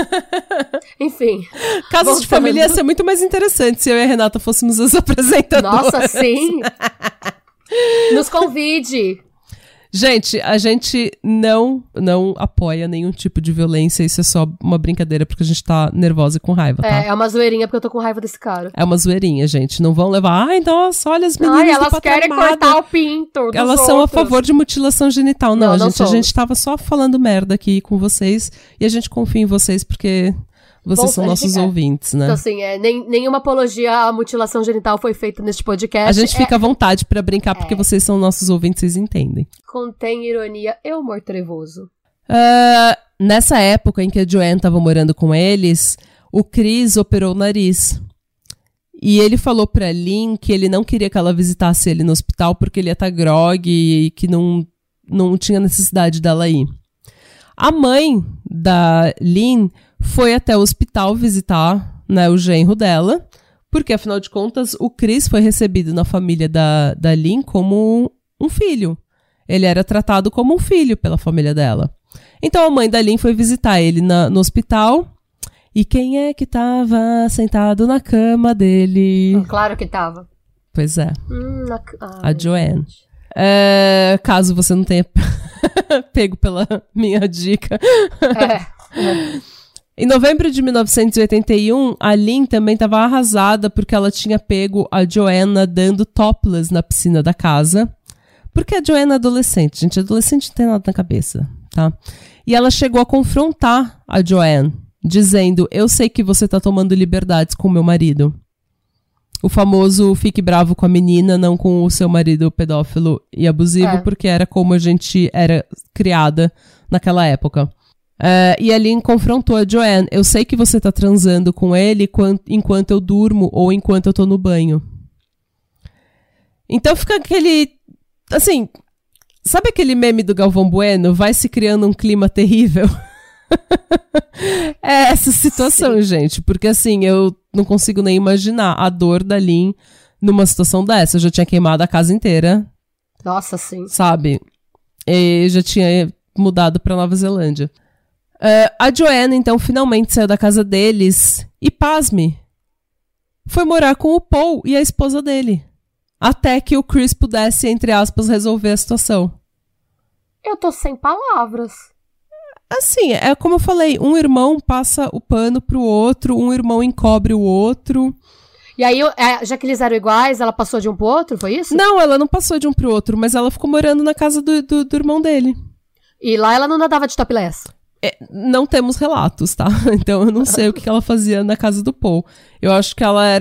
Enfim. Casos de família ia ser muito mais interessante se eu e a Renata fôssemos as apresentadoras. Nossa, sim! Nos convide! Gente, a gente não apoia nenhum tipo de violência, isso é só uma brincadeira porque a gente tá nervosa e com raiva, tá? É uma zoeirinha porque eu tô com raiva desse cara. É uma zoeirinha, gente, não vão levar, ai, nossa, olha as meninas elas do querem cortar o pinto dos Elas são a outros. favor de mutilação genital. Não, Não gente, a gente tava só falando merda aqui com vocês e a gente confia em vocês porque vocês são nossos ouvintes, né? Então, assim, nenhuma apologia à mutilação genital foi feita neste podcast. A gente fica à vontade pra brincar porque vocês são nossos ouvintes, vocês entendem. Contém ironia e humor trevoso. Nessa época em que a Joanne tava morando com eles, o Chris operou o nariz. E ele falou pra Lynn que ele não queria que ela visitasse ele no hospital porque ele ia estar grogue e que não tinha necessidade dela ir. A mãe da Lynn foi até o hospital visitar, né, o genro dela, porque, afinal de contas, o Chris foi recebido na família da Lynn como um filho. Ele era tratado como um filho pela família dela. Então, a mãe da Lynn foi visitar ele no hospital. E quem é que tava sentado na cama dele? Claro que tava. Pois é. A Joanne. Gente. Caso você não tenha pego pela minha dica. Em novembro de 1981, a Lynn também estava arrasada porque ela tinha pego a Joanne nadando topless na piscina da casa. Porque a Joanne é adolescente, gente. Adolescente não tem nada na cabeça, tá? E ela chegou a confrontar a Joanne, dizendo, eu sei que você tá tomando liberdades com o meu marido. O famoso fique bravo com a menina, não com o seu marido pedófilo e abusivo, porque era como a gente era criada naquela época. E a Lynn confrontou a Joanne. Eu sei que você tá transando com ele enquanto eu durmo ou enquanto eu tô no banho. Então fica aquele... Assim, sabe aquele meme do Galvão Bueno? Vai se criando um clima terrível? É essa situação, gente. Porque assim, eu não consigo nem imaginar a dor da Lynn numa situação dessa. Eu já tinha queimado a casa inteira. Nossa, sim. Sabe? E já tinha mudado pra Nova Zelândia. A Joanne, então, finalmente saiu da casa deles e, pasme, foi morar com o Paul e a esposa dele. Até que o Chris pudesse, entre aspas, resolver a situação. Eu tô sem palavras. Assim, é como eu falei, um irmão passa o pano pro outro, um irmão encobre o outro. E aí, já que eles eram iguais, ela passou de um pro outro, foi isso? Não, ela não passou de um pro outro, mas ela ficou morando na casa do irmão dele. E lá ela não nadava de topless? Não temos relatos, tá? Então eu não sei o que ela fazia na casa do Paul. Eu acho que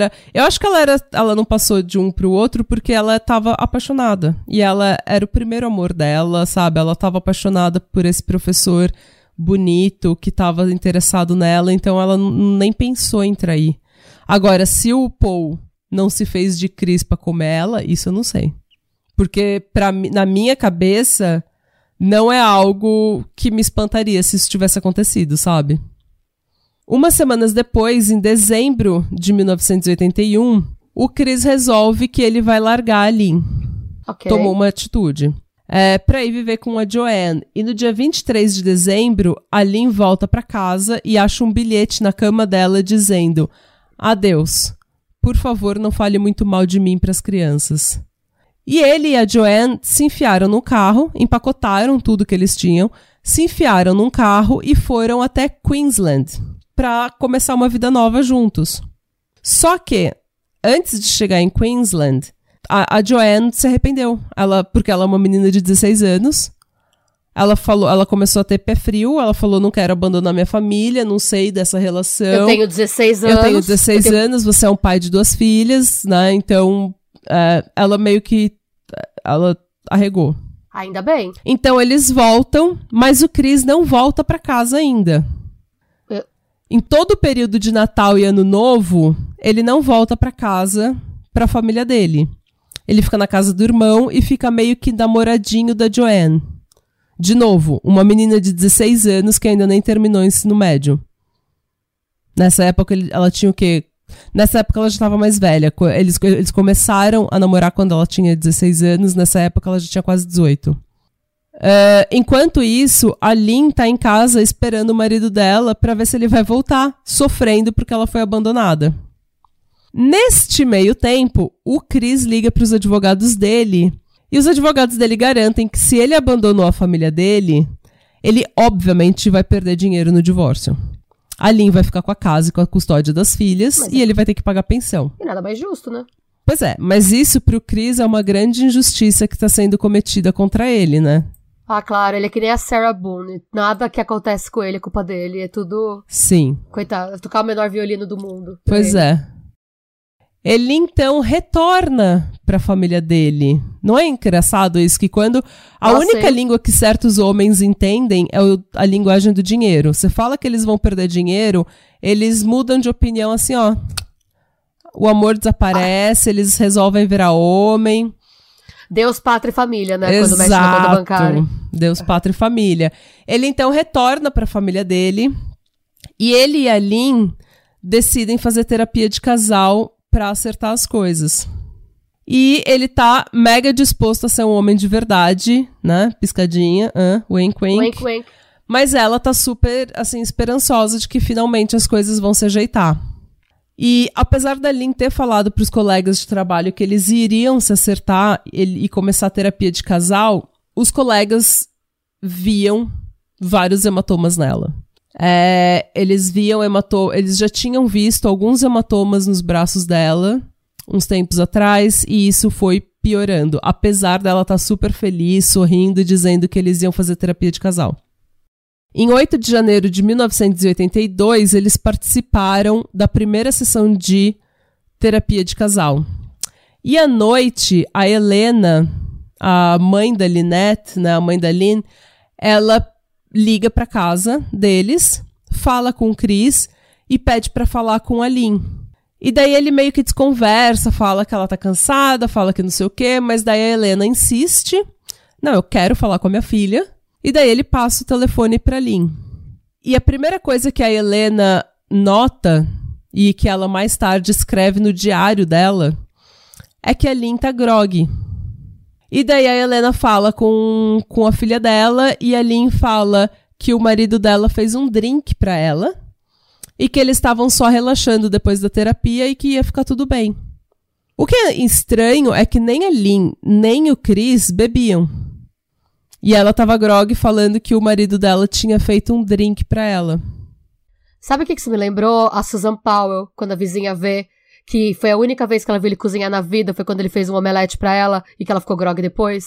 ela não passou de um pro outro porque ela tava apaixonada. E ela era o primeiro amor dela, sabe? Ela tava apaixonada por esse professor bonito que tava interessado nela, então ela nem pensou em trair. Agora, se o Paul não se fez de Cris pra comer ela, isso eu não sei. Porque na minha cabeça... não é algo que me espantaria se isso tivesse acontecido, sabe? Umas semanas depois, em dezembro de 1981, o Chris resolve que ele vai largar a Lynn. Okay. Tomou uma atitude. Pra ir viver com a Joanne. E no dia 23 de dezembro, a Lynn volta pra casa e acha um bilhete na cama dela dizendo: adeus, por favor, não fale muito mal de mim pras crianças. E ele e a Joanne se enfiaram no carro, empacotaram tudo que eles tinham, se enfiaram num carro e foram até Queensland para começar uma vida nova juntos. Só que, antes de chegar em Queensland, a Joanne se arrependeu. Porque ela é uma menina de 16 anos. Ela começou a ter pé frio, ela falou, não quero abandonar minha família, não sei dessa relação. Eu tenho 16 anos. Eu tenho 16 anos, você é um pai de 2 filhas, né? Então... ela meio que... ela arregou. Ainda bem. Então eles voltam, mas o Chris não volta pra casa ainda. Em todo o período de Natal e Ano Novo, ele não volta pra casa, pra família dele. Ele fica na casa do irmão e fica meio que namoradinho da Joanne. De novo, uma menina de 16 anos que ainda nem terminou o ensino médio. Nessa época ela tinha o quê? Nessa época ela já estava mais velha. Eles começaram a namorar quando ela tinha 16 anos. Nessa época ela já tinha quase 18. Enquanto isso, a Lynn tá em casa esperando o marido dela pra ver se ele vai voltar, sofrendo porque ela foi abandonada. Neste meio tempo, o Chris liga pros advogados dele E os advogados dele garantem que se ele abandonou a família dele, ele obviamente vai perder dinheiro no divórcio. A Lynn vai ficar com a casa e com a custódia das filhas e ele vai ter que pagar pensão. E nada mais justo, né? Pois é, mas isso pro Chris é uma grande injustiça que tá sendo cometida contra ele, né? Ah, claro, ele é que nem a Sarah Boone. Nada que acontece com ele é culpa dele. É tudo... Sim. Coitado, tocar o menor violino do mundo. Pois é. Ele, então, retorna pra família dele. Não é engraçado isso? Que quando... A única língua que certos homens entendem é a linguagem do dinheiro. Você fala que eles vão perder dinheiro, eles mudam de opinião assim, ó. O amor desaparece, eles resolvem virar homem... Deus, pátria e família, né? Exato. Quando mexe na conta bancária. Deus, pátria e família. Ele, então, retorna para a família dele e ele e a Lynn decidem fazer terapia de casal para acertar as coisas. E ele tá mega disposto a ser um homem de verdade, né? Piscadinha, wink, wink. Wink, wink. Mas ela tá super, assim, esperançosa de que finalmente as coisas vão se ajeitar. E apesar da Lynn ter falado para os colegas de trabalho que eles iriam se acertar e começar a terapia de casal, os colegas viam vários hematomas nela. Eles já tinham visto alguns hematomas nos braços dela uns tempos atrás e isso foi piorando, apesar dela estar super feliz, sorrindo e dizendo que eles iam fazer terapia de casal. Em 8 de janeiro de 1982, eles participaram da primeira sessão de terapia de casal. E à noite, a Helena, a mãe da Lynette, né, a mãe da Lynn, ela liga para casa deles, fala com o Chris e pede para falar com a Lynn. E daí ele meio que desconversa, fala que ela tá cansada, fala que não sei o quê, mas daí a Helena insiste. Não, eu quero falar com a minha filha. E daí ele passa o telefone pra Lynn. E a primeira coisa que a Helena nota, e que ela mais tarde escreve no diário dela, é que a Lynn tá grogue. E daí a Helena fala com a filha dela, e a Lynn fala que o marido dela fez um drink pra ela, e que eles estavam só relaxando depois da terapia e que ia ficar tudo bem. O que é estranho é que nem a Lynn, nem o Chris bebiam. E ela tava grogue falando que o marido dela tinha feito um drink pra ela. Sabe o que isso me lembrou? A Susan Powell, quando a vizinha vê que foi a única vez que ela viu ele cozinhar na vida, foi quando ele fez um omelete pra ela e que ela ficou grogue depois.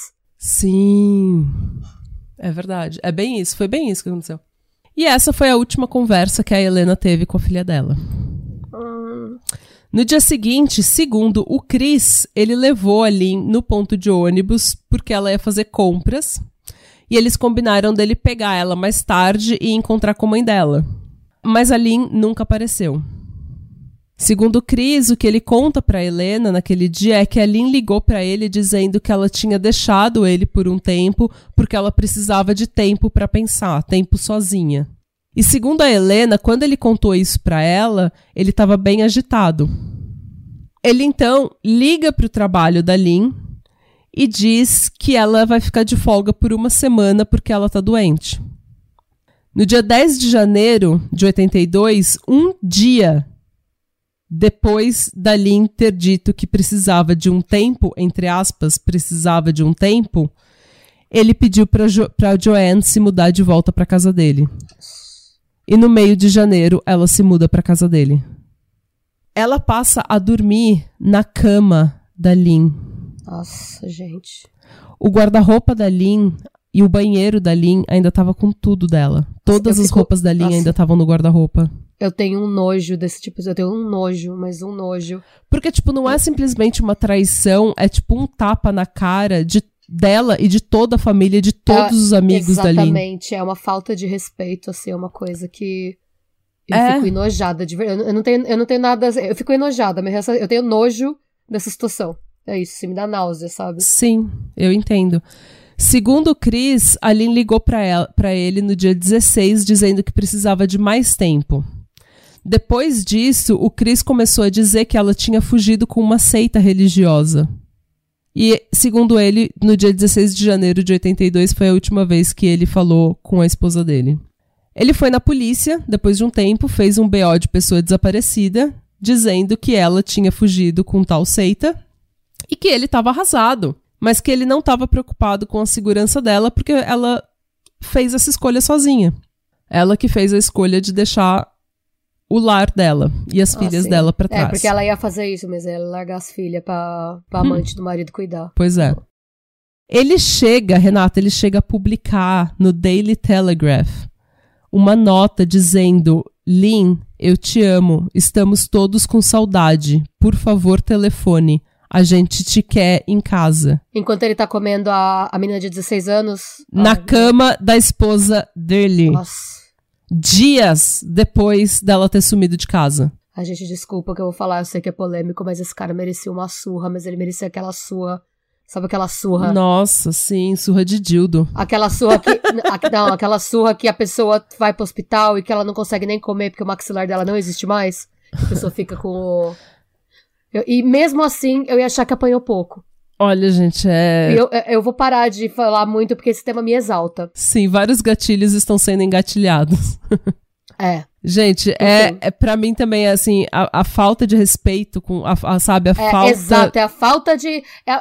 Sim, é verdade. É bem isso, foi bem isso que aconteceu. E essa foi a última conversa que a Helena teve com a filha dela. No dia seguinte, segundo o Chris, ele levou a Lynn no ponto de ônibus porque ela ia fazer compras. E eles combinaram dele pegar ela mais tarde e encontrar com a mãe dela. Mas a Lynn nunca apareceu. Segundo o Chris, o que ele conta pra Helena naquele dia é que a Lynn ligou pra ele dizendo que ela tinha deixado ele por um tempo porque ela precisava de tempo pra pensar, tempo sozinha. E segundo a Helena, quando ele contou isso pra ela, ele estava bem agitado. Ele então liga pro trabalho da Lynn e diz que ela vai ficar de folga por uma semana porque ela tá doente. No dia 10 de janeiro de 82, um dia depois da Lynn ter dito que precisava de um tempo, entre aspas, precisava de um tempo, ele pediu pra Joanne se mudar de volta pra casa dele. E no meio de janeiro, ela se muda pra casa dele. Ela passa a dormir na cama da Lynn. Nossa, gente. O guarda-roupa da Lynn e o banheiro da Lynn ainda tava com tudo dela. Todas as roupas da Lynn ainda estavam no guarda-roupa. Eu tenho um nojo desse tipo. Eu tenho um nojo, mas um nojo. Porque, tipo, não é simplesmente uma traição, é tipo um tapa na cara dela e de toda a família, de todos os amigos da Lynn. Exatamente, é uma falta de respeito, assim, é uma coisa que eu fico enojada de verdade. Eu não tenho nada, eu fico enojada, eu tenho nojo dessa situação. É isso, me dá náusea, sabe? Sim, eu entendo. Segundo o Chris, a Lynn ligou pra ele no dia 16 dizendo que precisava de mais tempo. Depois disso, o Chris começou a dizer que ela tinha fugido com uma seita religiosa. E, segundo ele, no dia 16 de janeiro de 82 foi a última vez que ele falou com a esposa dele. Ele foi na polícia, depois de um tempo, fez um BO de pessoa desaparecida, dizendo que ela tinha fugido com tal seita e que ele estava arrasado. mas que ele não estava preocupado com a segurança dela porque ela fez essa escolha sozinha. Ela que fez a escolha de deixar o lar dela e as filhas dela pra trás. Porque ela ia fazer isso mesmo, ela ia largar as filhas pra amante do marido cuidar. Pois é. Ele chega a publicar no Daily Telegraph uma nota dizendo: Lynn, eu te amo, estamos todos com saudade, por favor telefone, a gente te quer em casa. Enquanto ele tá comendo a menina de 16 anos... Na cama da esposa dele. Nossa. Dias depois dela ter sumido de casa. A gente, desculpa que eu vou falar, eu sei que é polêmico, mas esse cara merecia uma surra, mas ele merecia aquela surra. Sabe aquela surra? Nossa, sim, surra de dildo. Aquela surra que... não, aquela surra que a pessoa vai pro hospital e que ela não consegue nem comer porque o maxilar dela não existe mais. A pessoa fica com o... E mesmo assim, eu ia achar que apanhou pouco. Olha, gente, Eu vou parar de falar muito porque esse tema me exalta. Sim, vários gatilhos estão sendo engatilhados. Gente, pra mim também é assim, a falta de respeito com, sabe, a falta... Exato, é a falta de...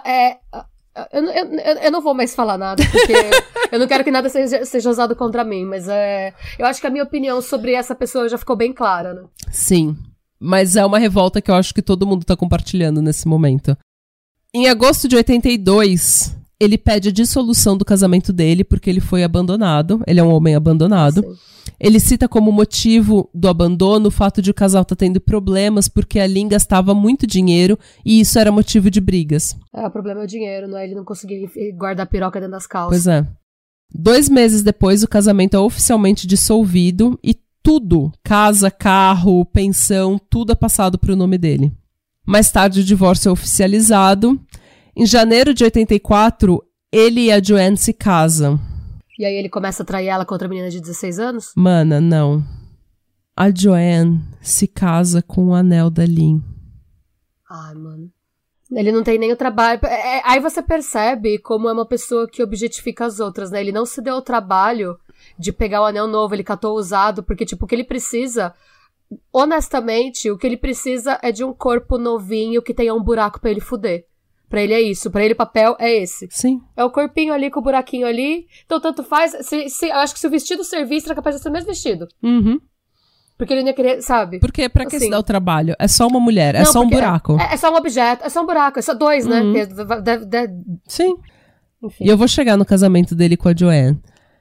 Eu não vou mais falar nada, porque eu não quero que nada seja usado contra mim, mas eu acho que a minha opinião sobre essa pessoa já ficou bem clara, né? Sim, mas é uma revolta que eu acho que todo mundo tá compartilhando nesse momento. Em agosto de 82, ele pede a dissolução do casamento dele porque ele foi abandonado. Ele é um homem abandonado. Sim. Ele cita como motivo do abandono o fato de o casal estar tendo problemas porque a Lynn gastava muito dinheiro e isso era motivo de brigas. O problema é o dinheiro, não é? Ele não conseguia guardar a piroca dentro das calças. Pois é. 2 meses depois, o casamento é oficialmente dissolvido e tudo, casa, carro, pensão, tudo é passado para o nome dele. Mais tarde, o divórcio é oficializado. Em janeiro de 84, ele e a Joanne se casam. E aí ele começa a trair ela com outra menina de 16 anos? Mana, não. A Joanne se casa com o anel da Lynn. Ai, mano. Ele não tem nem o trabalho... Aí você percebe como é uma pessoa que objetifica as outras, né? Ele não se deu o trabalho de pegar o anel novo, ele catou o usado, porque, tipo, o que ele precisa... Honestamente, o que ele precisa é de um corpo novinho que tenha um buraco pra ele fuder. Pra ele é isso. Pra ele o papel é esse. Sim. É o corpinho ali com o buraquinho ali. Então tanto faz... eu acho que se o vestido servisse, era capaz de ser o mesmo vestido. Uhum. Porque ele não ia querer, sabe? Porque pra que se dá o trabalho? É só uma mulher, é só um buraco. É só um objeto, é só um buraco, é só 2, né? Sim. Enfim. E eu vou chegar no casamento dele com a Joanne.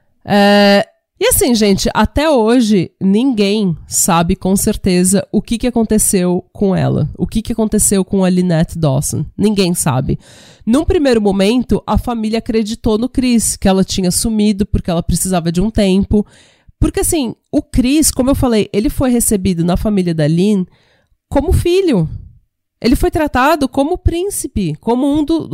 E assim, gente, até hoje, ninguém sabe com certeza o que aconteceu com ela. O que aconteceu com a Lynette Dawson. Ninguém sabe. Num primeiro momento, a família acreditou no Chris, que ela tinha sumido porque ela precisava de um tempo. Porque assim, o Chris, como eu falei, ele foi recebido na família da Lynn como filho. Ele foi tratado como príncipe, como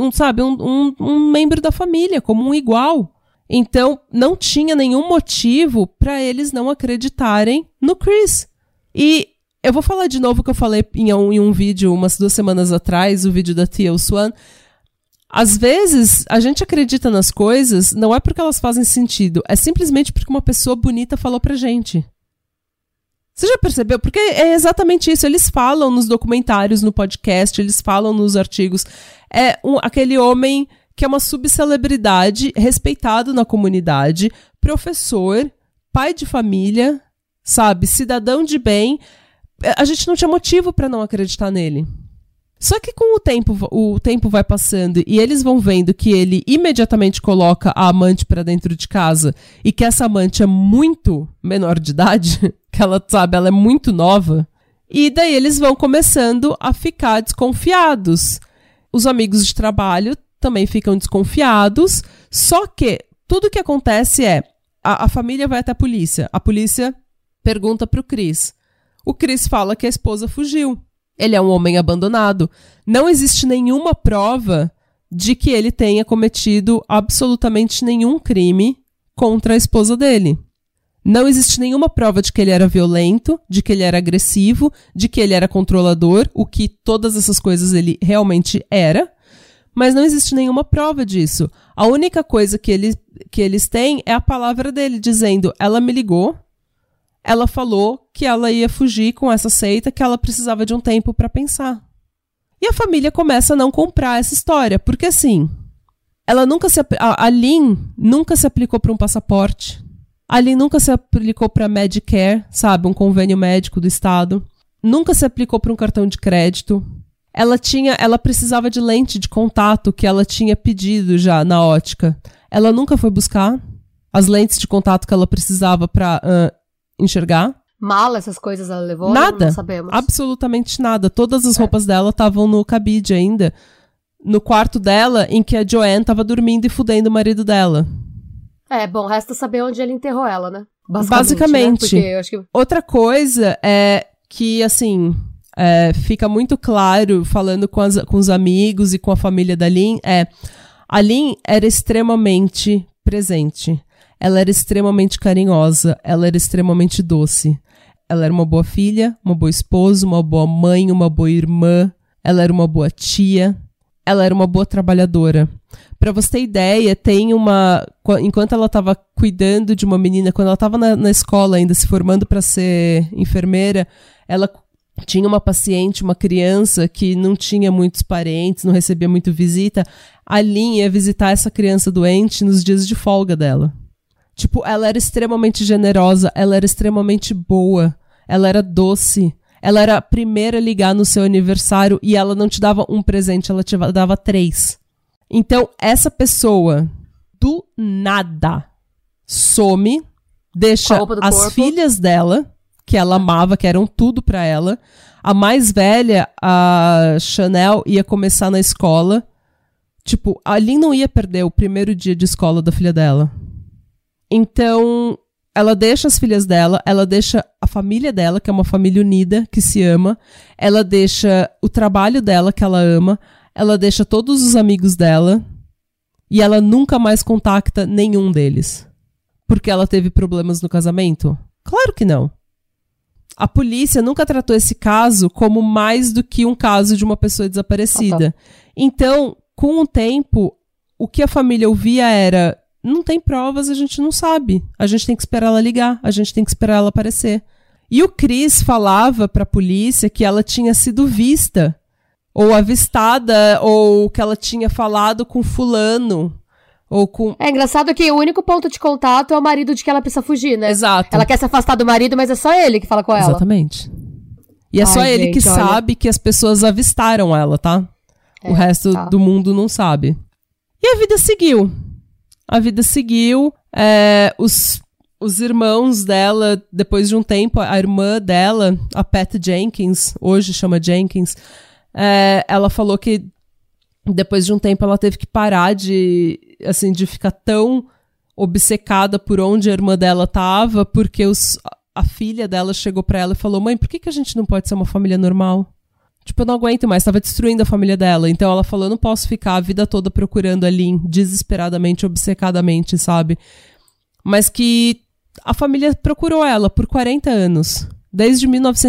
um membro da família, como um igual. Então, não tinha nenhum motivo para eles não acreditarem no Chris. E eu vou falar de novo o que eu falei em um vídeo umas 2 semanas atrás, o vídeo da Tia Swan. Às vezes, a gente acredita nas coisas não é porque elas fazem sentido, é simplesmente porque uma pessoa bonita falou pra gente. Você já percebeu? Porque é exatamente isso. Eles falam nos documentários, no podcast, eles falam nos artigos. Aquele homem... que é uma subcelebridade, respeitado na comunidade, professor, pai de família, sabe, cidadão de bem. A gente não tinha motivo para não acreditar nele. Só que com o tempo vai passando e eles vão vendo que ele imediatamente coloca a amante para dentro de casa e que essa amante é muito menor de idade, que ela, sabe, ela é muito nova. E daí eles vão começando a ficar desconfiados. Os amigos de trabalho também ficam desconfiados, só que tudo que acontece a família vai até a polícia pergunta pro Chris. O Chris fala que a esposa fugiu. Ele é um homem abandonado. Não existe nenhuma prova de que ele tenha cometido absolutamente nenhum crime contra a esposa dele. Não existe nenhuma prova de que ele era violento, de que ele era agressivo, de que ele era controlador, o que todas essas coisas ele realmente era. Mas não existe nenhuma prova disso. A única coisa que eles têm é a palavra dele, dizendo, ela me ligou, ela falou que ela ia fugir com essa seita, que ela precisava de um tempo para pensar. E a família começa a não comprar essa história, porque assim, A Lynn nunca se aplicou para um passaporte. A Lynn nunca se aplicou para Medicare, sabe? Um convênio médico do estado. Nunca se aplicou para um cartão de crédito. Ela precisava de lente de contato que ela tinha pedido já na ótica. Ela nunca foi buscar as lentes de contato que ela precisava para enxergar. Mala, essas coisas ela levou? Nada. Não sabemos. Absolutamente nada. Todas as roupas dela estavam no cabide ainda. No quarto dela, em que a Joanne estava dormindo e fudendo o marido dela. Bom, resta saber onde ele enterrou ela, né? Basicamente. Né? Porque eu acho que... Outra coisa é que, assim, fica muito claro, falando com os amigos e com a família da Lynn, a Lynn era extremamente presente. Ela era extremamente carinhosa. Ela era extremamente doce. Ela era uma boa filha, uma boa esposa, uma boa mãe, uma boa irmã. Ela era uma boa tia. Ela era uma boa trabalhadora. Pra você ter ideia, enquanto ela estava cuidando de uma menina, quando ela estava na escola ainda, se formando para ser enfermeira, ela tinha uma paciente, uma criança que não tinha muitos parentes, não recebia muito visita. A Lynn ia visitar essa criança doente nos dias de folga dela. Tipo, ela era extremamente generosa, ela era extremamente boa, ela era doce. Ela era a primeira a ligar no seu aniversário e ela não te dava um presente, ela te dava 3. Então, essa pessoa, do nada, some, deixa as filhas dela, que ela amava, que eram tudo pra ela. A mais velha, a Chanel, ia começar na escola. Tipo, a Lynn não ia perder o primeiro dia de escola da filha dela. Então... ela deixa as filhas dela, ela deixa a família dela, que é uma família unida, que se ama. Ela deixa o trabalho dela, que ela ama. Ela deixa todos os amigos dela. E ela nunca mais contacta nenhum deles. Porque ela teve problemas no casamento? Claro que não. A polícia nunca tratou esse caso como mais do que um caso de uma pessoa desaparecida. Então, com o tempo, o que a família ouvia era... não tem provas, a gente não sabe. A gente tem que esperar ela ligar, a gente tem que esperar ela aparecer. E o Chris falava pra polícia que ela tinha sido vista, ou avistada, ou que ela tinha falado com fulano, ou com... É engraçado que o único ponto de contato é o marido de que ela precisa fugir, né? Exato. Ela quer se afastar do marido, mas é só ele que fala com ela. Exatamente. E é só ele que sabe que as pessoas avistaram ela, tá? O resto do mundo não sabe. E a vida seguiu. A vida seguiu, os irmãos dela, depois de um tempo, a irmã dela, a Pat Jenkins, hoje chama Jenkins, ela falou que depois de um tempo ela teve que parar de ficar tão obcecada por onde a irmã dela estava, porque a filha dela chegou pra ela e falou: mãe, por que a gente não pode ser uma família normal? Tipo, eu não aguento mais, tava destruindo a família dela. Então ela falou, eu não posso ficar a vida toda procurando a Lynn, desesperadamente, obcecadamente, sabe? Mas que a família procurou ela por 40 anos. Desde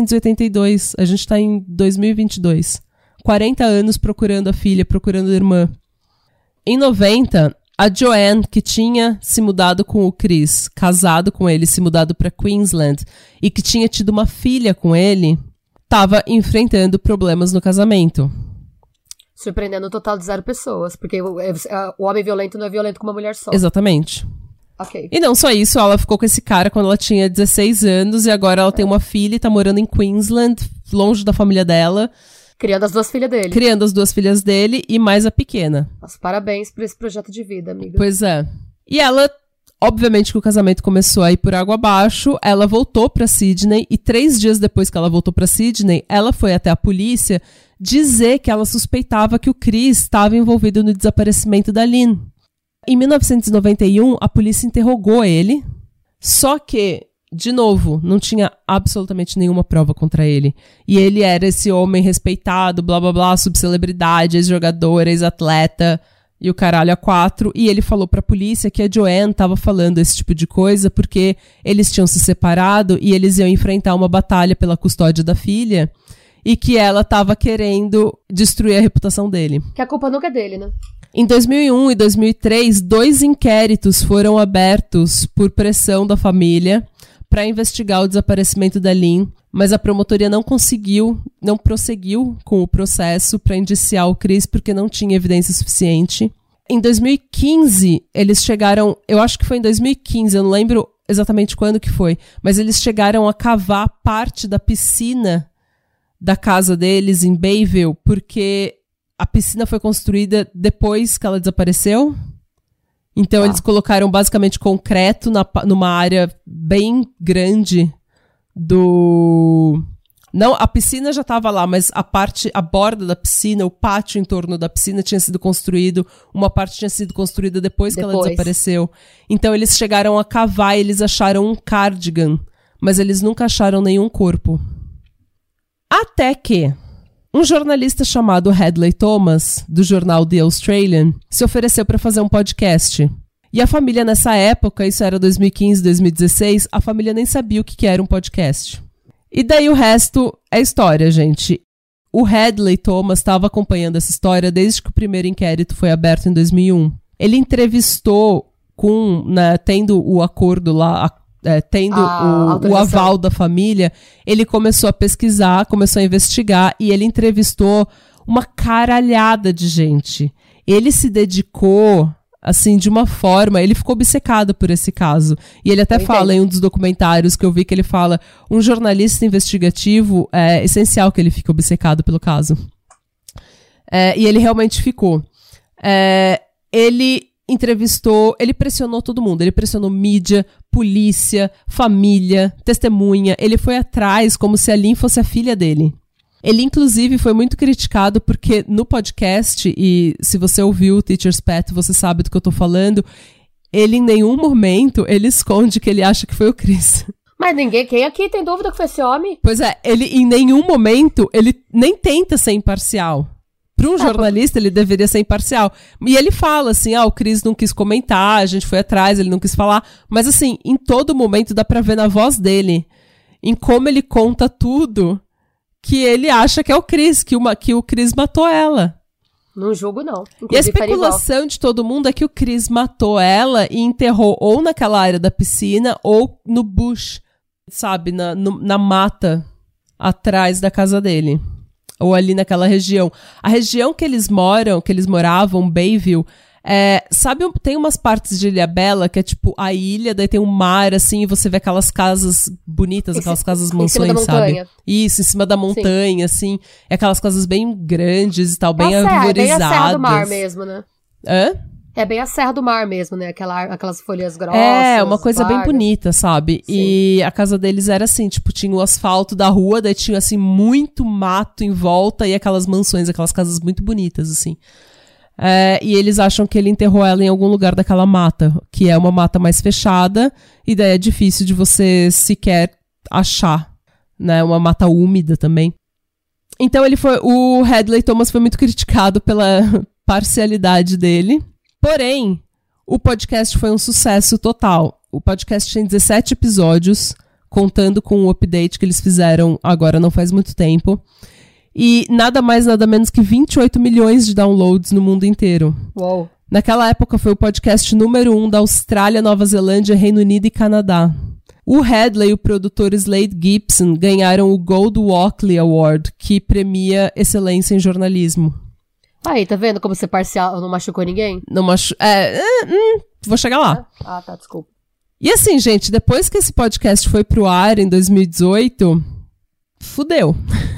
1982, a gente tá em 2022. 40 anos procurando a filha, procurando a irmã. Em 90, a Joanne, que tinha se mudado com o Chris, casado com ele, se mudado pra Queensland, e que tinha tido uma filha com ele... estava enfrentando problemas no casamento. Surpreendendo o total de 0 pessoas, porque o homem violento não é violento com uma mulher só. Exatamente. Ok. E não só isso, ela ficou com esse cara quando ela tinha 16 anos e agora ela tem uma filha e tá morando em Queensland, longe da família dela. Criando as 2 filhas dele. Criando as 2 filhas dele e mais a pequena. Nossa, parabéns por esse projeto de vida, amiga. Pois é. E ela... obviamente que o casamento começou a ir por água abaixo, ela voltou pra Sydney e 3 dias depois que ela voltou pra Sydney, ela foi até a polícia dizer que ela suspeitava que o Chris estava envolvido no desaparecimento da Lynn. Em 1991, a polícia interrogou ele, só que, de novo, não tinha absolutamente nenhuma prova contra ele. E ele era esse homem respeitado, blá blá blá, subcelebridade, ex-jogador, ex-atleta... e o caralho a 4, e ele falou pra polícia que a Joanne tava falando esse tipo de coisa porque eles tinham se separado e eles iam enfrentar uma batalha pela custódia da filha e que ela tava querendo destruir a reputação dele. Que a culpa nunca é dele, né? Em 2001 e 2003, 2 inquéritos foram abertos por pressão da família para investigar o desaparecimento da Lynn, mas a promotoria não prosseguiu com o processo para indiciar o Chris porque não tinha evidência suficiente. Em 2015, eles chegaram... Eu acho que foi em 2015, eu não lembro exatamente quando que foi. Mas eles chegaram a cavar parte da piscina da casa deles em Bayville, porque a piscina foi construída depois que ela desapareceu. Então, eles colocaram basicamente concreto numa área bem grande do... Não, a piscina já estava lá, mas a borda da piscina, o pátio em torno da piscina tinha sido construído, uma parte tinha sido construída depois que ela desapareceu. Então, eles chegaram a cavar e eles acharam um cardigan, mas eles nunca acharam nenhum corpo. Até que um jornalista chamado Hadley Thomas, do jornal The Australian, se ofereceu para fazer um podcast. E a família nessa época, isso era 2015, 2016, a família nem sabia o que era um podcast. E daí o resto é história, gente. O Hadley Thomas estava acompanhando essa história desde que o primeiro inquérito foi aberto em 2001. Ele entrevistou tendo o acordo lá, tendo o aval da família, ele começou a pesquisar, começou a investigar e ele entrevistou uma caralhada de gente. Ele se dedicou, assim, de uma forma... Ele ficou obcecado por esse caso. E ele até fala em um dos documentários que eu vi que ele fala, um jornalista investigativo é essencial que ele fique obcecado pelo caso. E ele realmente ficou. Ele entrevistou, ele pressionou todo mundo. Ele pressionou mídia, polícia, família, testemunha. Ele foi atrás como se a Lynn fosse a filha dele. Ele, inclusive, foi muito criticado porque no podcast, e se você ouviu o Teacher's Pet, você sabe do que eu tô falando, ele em nenhum momento, ele esconde que ele acha que foi o Chris. Mas quem aqui tem dúvida que foi esse homem? Pois é, ele em nenhum momento, ele nem tenta ser imparcial. Para um jornalista, ele deveria ser imparcial. E ele fala assim, o Chris não quis comentar, a gente foi atrás, ele não quis falar. Mas assim, em todo momento dá pra ver na voz dele, em como ele conta tudo... que ele acha que é o Chris, que o Chris matou ela. Não julgo, não. E a especulação de todo mundo é que o Chris matou ela e enterrou ou naquela área da piscina ou no bush, sabe, na mata atrás da casa dele. Ou ali naquela região. A região que eles moravam, Bayville, sabe, tem umas partes de Ilhabela que é tipo a ilha, daí tem um mar, assim, e você vê aquelas casas bonitas, aquelas casas mansões, sabe? Isso, em cima da montanha, sim. Assim. É aquelas casas bem grandes e tal, bem arborizadas. É bem a Serra do Mar mesmo, né? Hã? É bem a Serra do Mar mesmo, né? Aquelas folhas grossas. Uma coisa bem bonita, sabe? Sim. E a casa deles era assim, tipo, tinha o asfalto da rua, daí tinha, assim, muito mato em volta e aquelas mansões, aquelas casas muito bonitas, assim. E eles acham que ele enterrou ela em algum lugar daquela mata, que é uma mata mais fechada, e daí é difícil de você sequer achar, né? Uma mata úmida também. Então o Hadley Thomas foi muito criticado pela parcialidade dele, porém, o podcast foi um sucesso total. O podcast tem 17 episódios, contando com o update que eles fizeram agora não faz muito tempo. E nada mais, nada menos que 28 milhões de downloads no mundo inteiro. Uou. Naquela época foi o podcast número 1 da Austrália, Nova Zelândia, Reino Unido e Canadá. O Hadley e o produtor Slade Gibson ganharam o Gold Walkley Award, que premia excelência em jornalismo. Aí, tá vendo como ser parcial não machucou ninguém? Não vou chegar lá. Tá, desculpa. E assim, gente, depois que esse podcast foi pro ar em 2018, fudeu.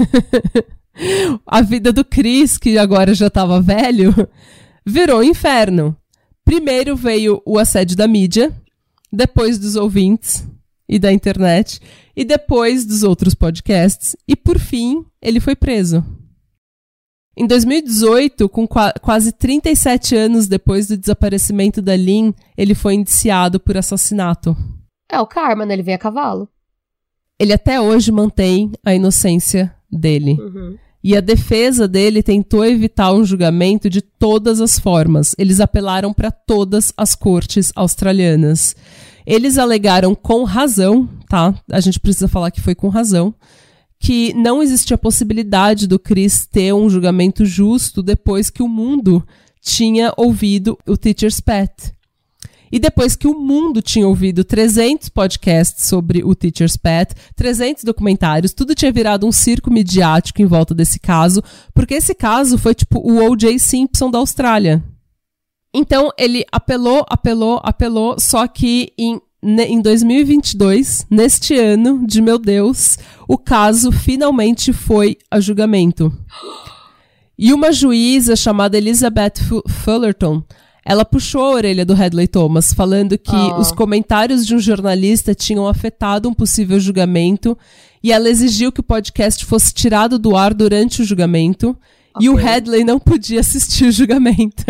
A vida do Chris, que agora já tava velho, virou um inferno. Primeiro veio o assédio da mídia, depois dos ouvintes e da internet, e depois dos outros podcasts, e por fim, ele foi preso. Em 2018, com quase 37 anos depois do desaparecimento da Lynn, ele foi indiciado por assassinato. É o karma, né? Ele veio a cavalo. Ele até hoje mantém a inocência dele. Uhum. E a defesa dele tentou evitar um julgamento de todas as formas. Eles apelaram para todas as cortes australianas. Eles alegaram com razão, tá? A gente precisa falar que foi com razão, que não existia possibilidade do Chris ter um julgamento justo depois que o mundo tinha ouvido o Teacher's Pet. E depois que o mundo tinha ouvido 300 podcasts sobre o Teacher's Pet, 300 documentários, tudo tinha virado um circo midiático em volta desse caso, porque esse caso foi tipo o O.J. Simpson da Austrália. Então, ele apelou, só que em 2022, neste ano de meu Deus, o caso finalmente foi a julgamento. E uma juíza chamada Elizabeth Fullerton, ela puxou a orelha do Hadley Thomas, falando que os comentários de um jornalista tinham afetado um possível julgamento, e ela exigiu que o podcast fosse tirado do ar durante o julgamento, e o Hadley não podia assistir o julgamento.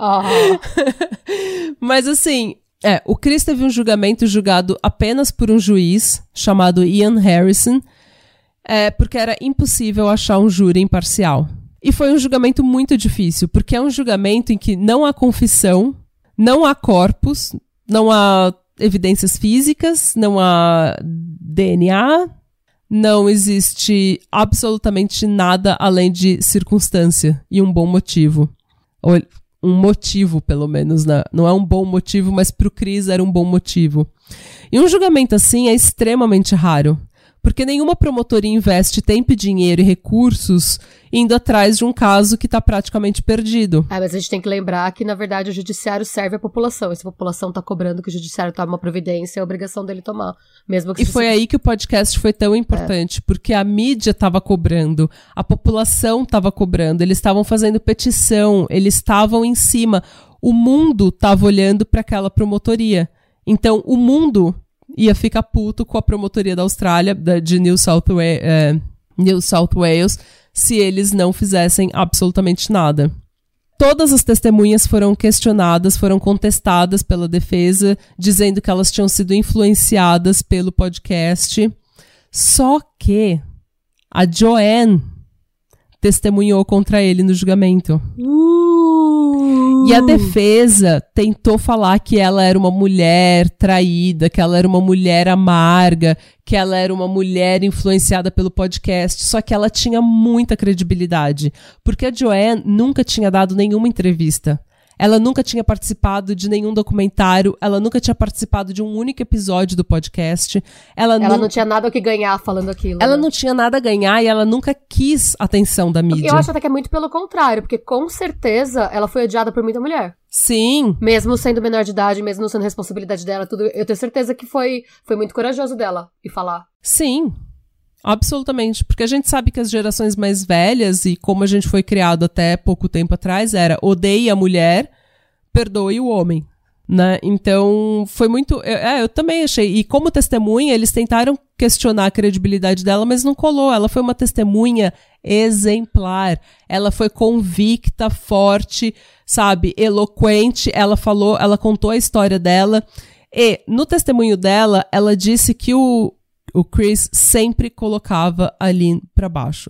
Mas assim, o Chris teve um julgamento julgado apenas por um juiz, chamado Ian Harrison, porque era impossível achar um júri imparcial. E foi um julgamento muito difícil, porque é um julgamento em que não há confissão, não há corpos, não há evidências físicas, não há DNA, não existe absolutamente nada além de circunstância e um bom motivo. Ou um motivo, pelo menos, né? Não é um bom motivo, mas pro Chris era um bom motivo. E um julgamento assim é extremamente raro, porque nenhuma promotoria investe tempo e dinheiro e recursos indo atrás de um caso que está praticamente perdido. Mas a gente tem que lembrar que, na verdade, o judiciário serve à população. E se a população está cobrando que o judiciário tome uma providência, é a obrigação dele tomar. Mesmo que e foi aí que o podcast foi tão importante, porque a mídia estava cobrando, a população estava cobrando, eles estavam fazendo petição, eles estavam em cima. O mundo estava olhando para aquela promotoria. Então, o mundo ia ficar puto com a promotoria da Austrália, de New South Wales, se eles não fizessem absolutamente nada. Todas as testemunhas foram questionadas, foram contestadas pela defesa, dizendo que elas tinham sido influenciadas pelo podcast. Só que a Joanne testemunhou contra ele no julgamento. E a defesa tentou falar que ela era uma mulher traída, que ela era uma mulher amarga, que ela era uma mulher influenciada pelo podcast, só que ela tinha muita credibilidade, porque a Joanne nunca tinha dado nenhuma entrevista. Ela nunca tinha participado de nenhum documentário, ela nunca tinha participado de um único episódio do podcast. Ela não tinha nada o que ganhar falando aquilo. Ela não tinha nada a ganhar e ela nunca quis atenção da mídia. Eu acho até que é muito pelo contrário, porque com certeza ela foi odiada por muita mulher. Sim. Mesmo sendo menor de idade, mesmo não sendo responsabilidade dela, tudo. Eu tenho certeza que foi muito corajoso dela ir falar. Sim. Absolutamente, porque a gente sabe que as gerações mais velhas, e como a gente foi criado até pouco tempo atrás, era odeie a mulher, perdoe o homem, né? Então, foi muito... Eu também achei. E como testemunha, eles tentaram questionar a credibilidade dela, mas não colou. Ela foi uma testemunha exemplar. Ela foi convicta, forte, sabe? Eloquente. Ela contou a história dela. E, no testemunho dela, ela disse que o Chris sempre colocava a Lynn pra baixo.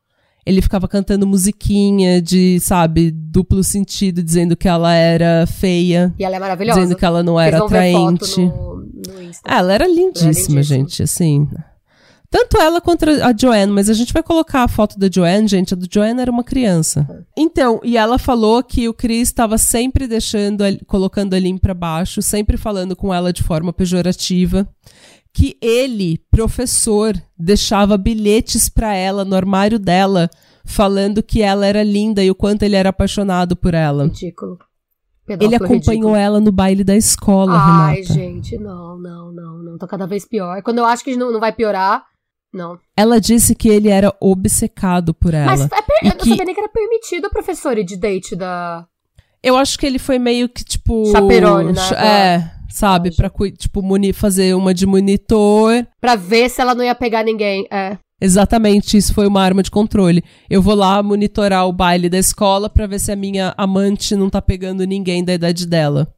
Ele ficava cantando musiquinha de, sabe, duplo sentido, dizendo que ela era feia. E ela é maravilhosa. Dizendo que ela não era atraente. No Insta. Ela era lindíssima, gente, assim. Tanto ela quanto a Joanne, mas a gente vai colocar a foto da Joanne, gente. A da Joanne era uma criança. Então, e ela falou que o Chris estava sempre colocando a Lynn pra baixo, sempre falando com ela de forma pejorativa. Que ele, professor, deixava bilhetes pra ela no armário dela, falando que ela era linda e o quanto ele era apaixonado por ela. Ridículo. Ele acompanhou ela no baile da escola, Ai, Renata. gente, não. Tá cada vez pior. Quando eu acho que não vai piorar, não. Ela disse que ele era obcecado por ela. Mas eu não sabia nem que era permitido a professora ir de date da... Eu acho que ele foi meio que, tipo... chaperone, né? Sabe? Pra, tipo, fazer uma de monitor. Pra ver se ela não ia pegar ninguém, Exatamente, isso foi uma arma de controle. Eu vou lá monitorar o baile da escola pra ver se a minha amante não tá pegando ninguém da idade dela.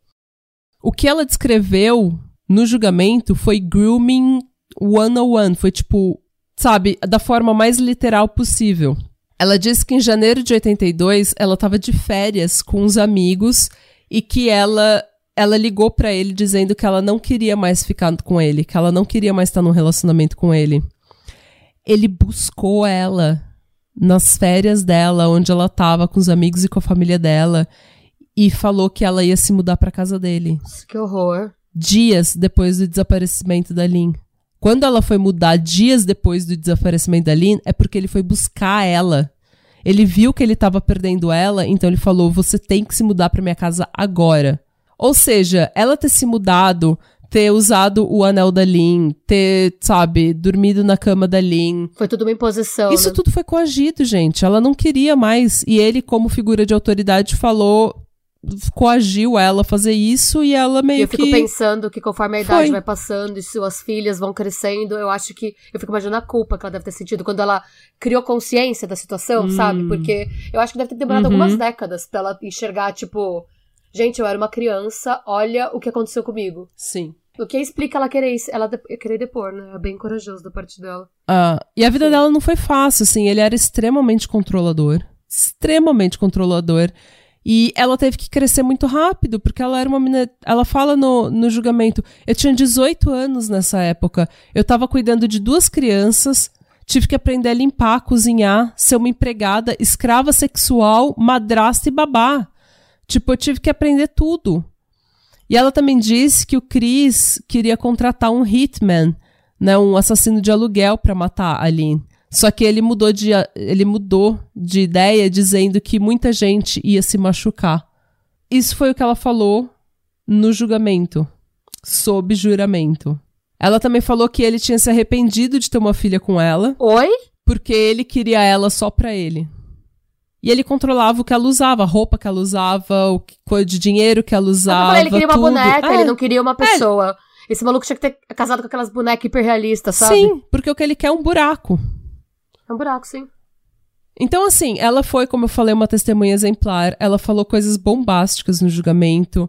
O que ela descreveu no julgamento foi grooming 101. Foi, tipo, sabe, da forma mais literal possível. Ela disse que em janeiro de 82, ela tava de férias com uns amigos e que ela ligou pra ele dizendo que ela não queria mais ficar com ele, que ela não queria mais estar num relacionamento com ele. Ele buscou ela nas férias dela, onde ela tava com os amigos e com a família dela, e falou que ela ia se mudar pra casa dele. Nossa, que horror. Dias depois do desaparecimento da Lynn. Quando ela foi mudar dias depois do desaparecimento da Lynn, é porque ele foi buscar ela. Ele viu que ele estava perdendo ela, então ele falou, você tem que se mudar pra minha casa agora. Ou seja, ela ter se mudado, ter usado o anel da Lynn, ter, sabe, dormido na cama da Lynn. Foi tudo uma imposição, Isso tudo foi coagido, gente. Ela não queria mais. E ele, como figura de autoridade, coagiu ela a fazer isso e ela meio que... Eu fico pensando que conforme a idade vai passando e suas filhas vão crescendo, eu acho que... Eu fico imaginando a culpa que ela deve ter sentido quando ela criou consciência da situação, sabe? Porque eu acho que deve ter demorado algumas décadas pra ela enxergar, tipo... Gente, eu era uma criança, olha o que aconteceu comigo. Sim. O que explica ela querer depor, né? É bem corajoso da parte dela. E a vida dela não foi fácil, assim. Ele era extremamente controlador. Extremamente controlador. E ela teve que crescer muito rápido, porque ela era uma menina... Ela fala no julgamento, eu tinha 18 anos nessa época. Eu tava cuidando de 2 crianças, tive que aprender a limpar, cozinhar, ser uma empregada, escrava sexual, madrasta e babá. Tipo, eu tive que aprender tudo. E ela também disse que o Chris queria contratar um hitman, né, um assassino de aluguel pra matar a Lynn. Só que ele mudou de ideia, dizendo que muita gente ia se machucar. Isso foi o que ela falou no julgamento, sob juramento. Ela também falou que ele tinha se arrependido de ter uma filha com ela. Oi? Porque ele queria ela só pra ele. E ele controlava o que ela usava, a roupa que ela usava, o de dinheiro que ela usava. Ele queria uma boneca, ele não queria uma pessoa. Esse maluco tinha que ter casado com aquelas bonecas hiperrealistas, sabe? Sim, porque o que ele quer é um buraco. É um buraco, sim. Então, assim, ela foi, como eu falei, uma testemunha exemplar. Ela falou coisas bombásticas no julgamento.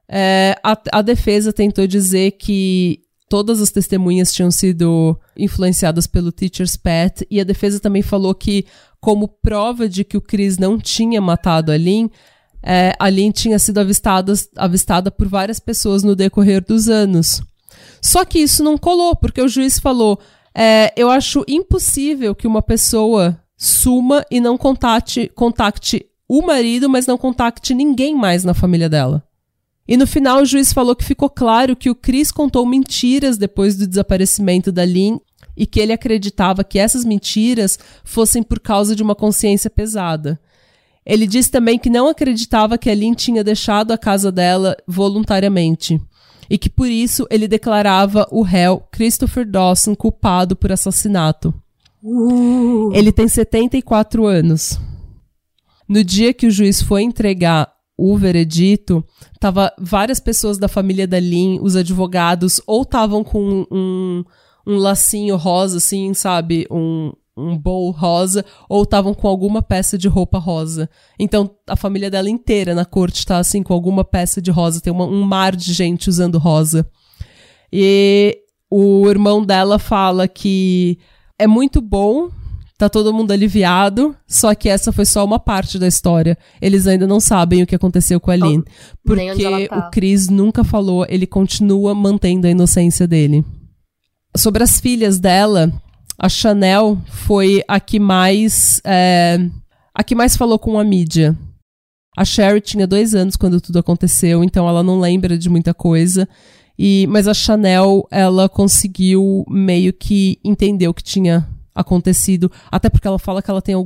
A defesa tentou dizer que todas as testemunhas tinham sido influenciadas pelo teacher's pet. E a defesa também falou que, como prova de que o Chris não tinha matado a Lynn tinha sido avistada por várias pessoas no decorrer dos anos. Só que isso não colou, porque o juiz falou, eu acho impossível que uma pessoa suma e não contacte o marido, mas não contacte ninguém mais na família dela. E no final o juiz falou que ficou claro que o Chris contou mentiras depois do desaparecimento da Lynn e que ele acreditava que essas mentiras fossem por causa de uma consciência pesada. Ele disse também que não acreditava que a Lynn tinha deixado a casa dela voluntariamente e que por isso ele declarava o réu Christopher Dawson culpado por assassinato. Ele tem 74 anos. No dia que o juiz foi entregar o veredito, tava várias pessoas da família da Lynn, os advogados, ou estavam com um lacinho rosa, assim, sabe? Um bowl rosa, ou estavam com alguma peça de roupa rosa. Então, a família dela inteira na corte tá, assim, com alguma peça de rosa. Tem um mar de gente usando rosa. E o irmão dela fala que é muito bom, tá todo mundo aliviado, só que essa foi só uma parte da história. Eles ainda não sabem o que aconteceu com a Lynn. Porque o Chris nunca falou, ele continua mantendo a inocência dele. Sobre as filhas dela, a Chanel foi a que mais falou com a mídia. A Sherry tinha 2 anos quando tudo aconteceu, então ela não lembra de muita coisa. Mas a Chanel, ela conseguiu meio que entender o que tinha acontecido. Até porque ela fala que ela tem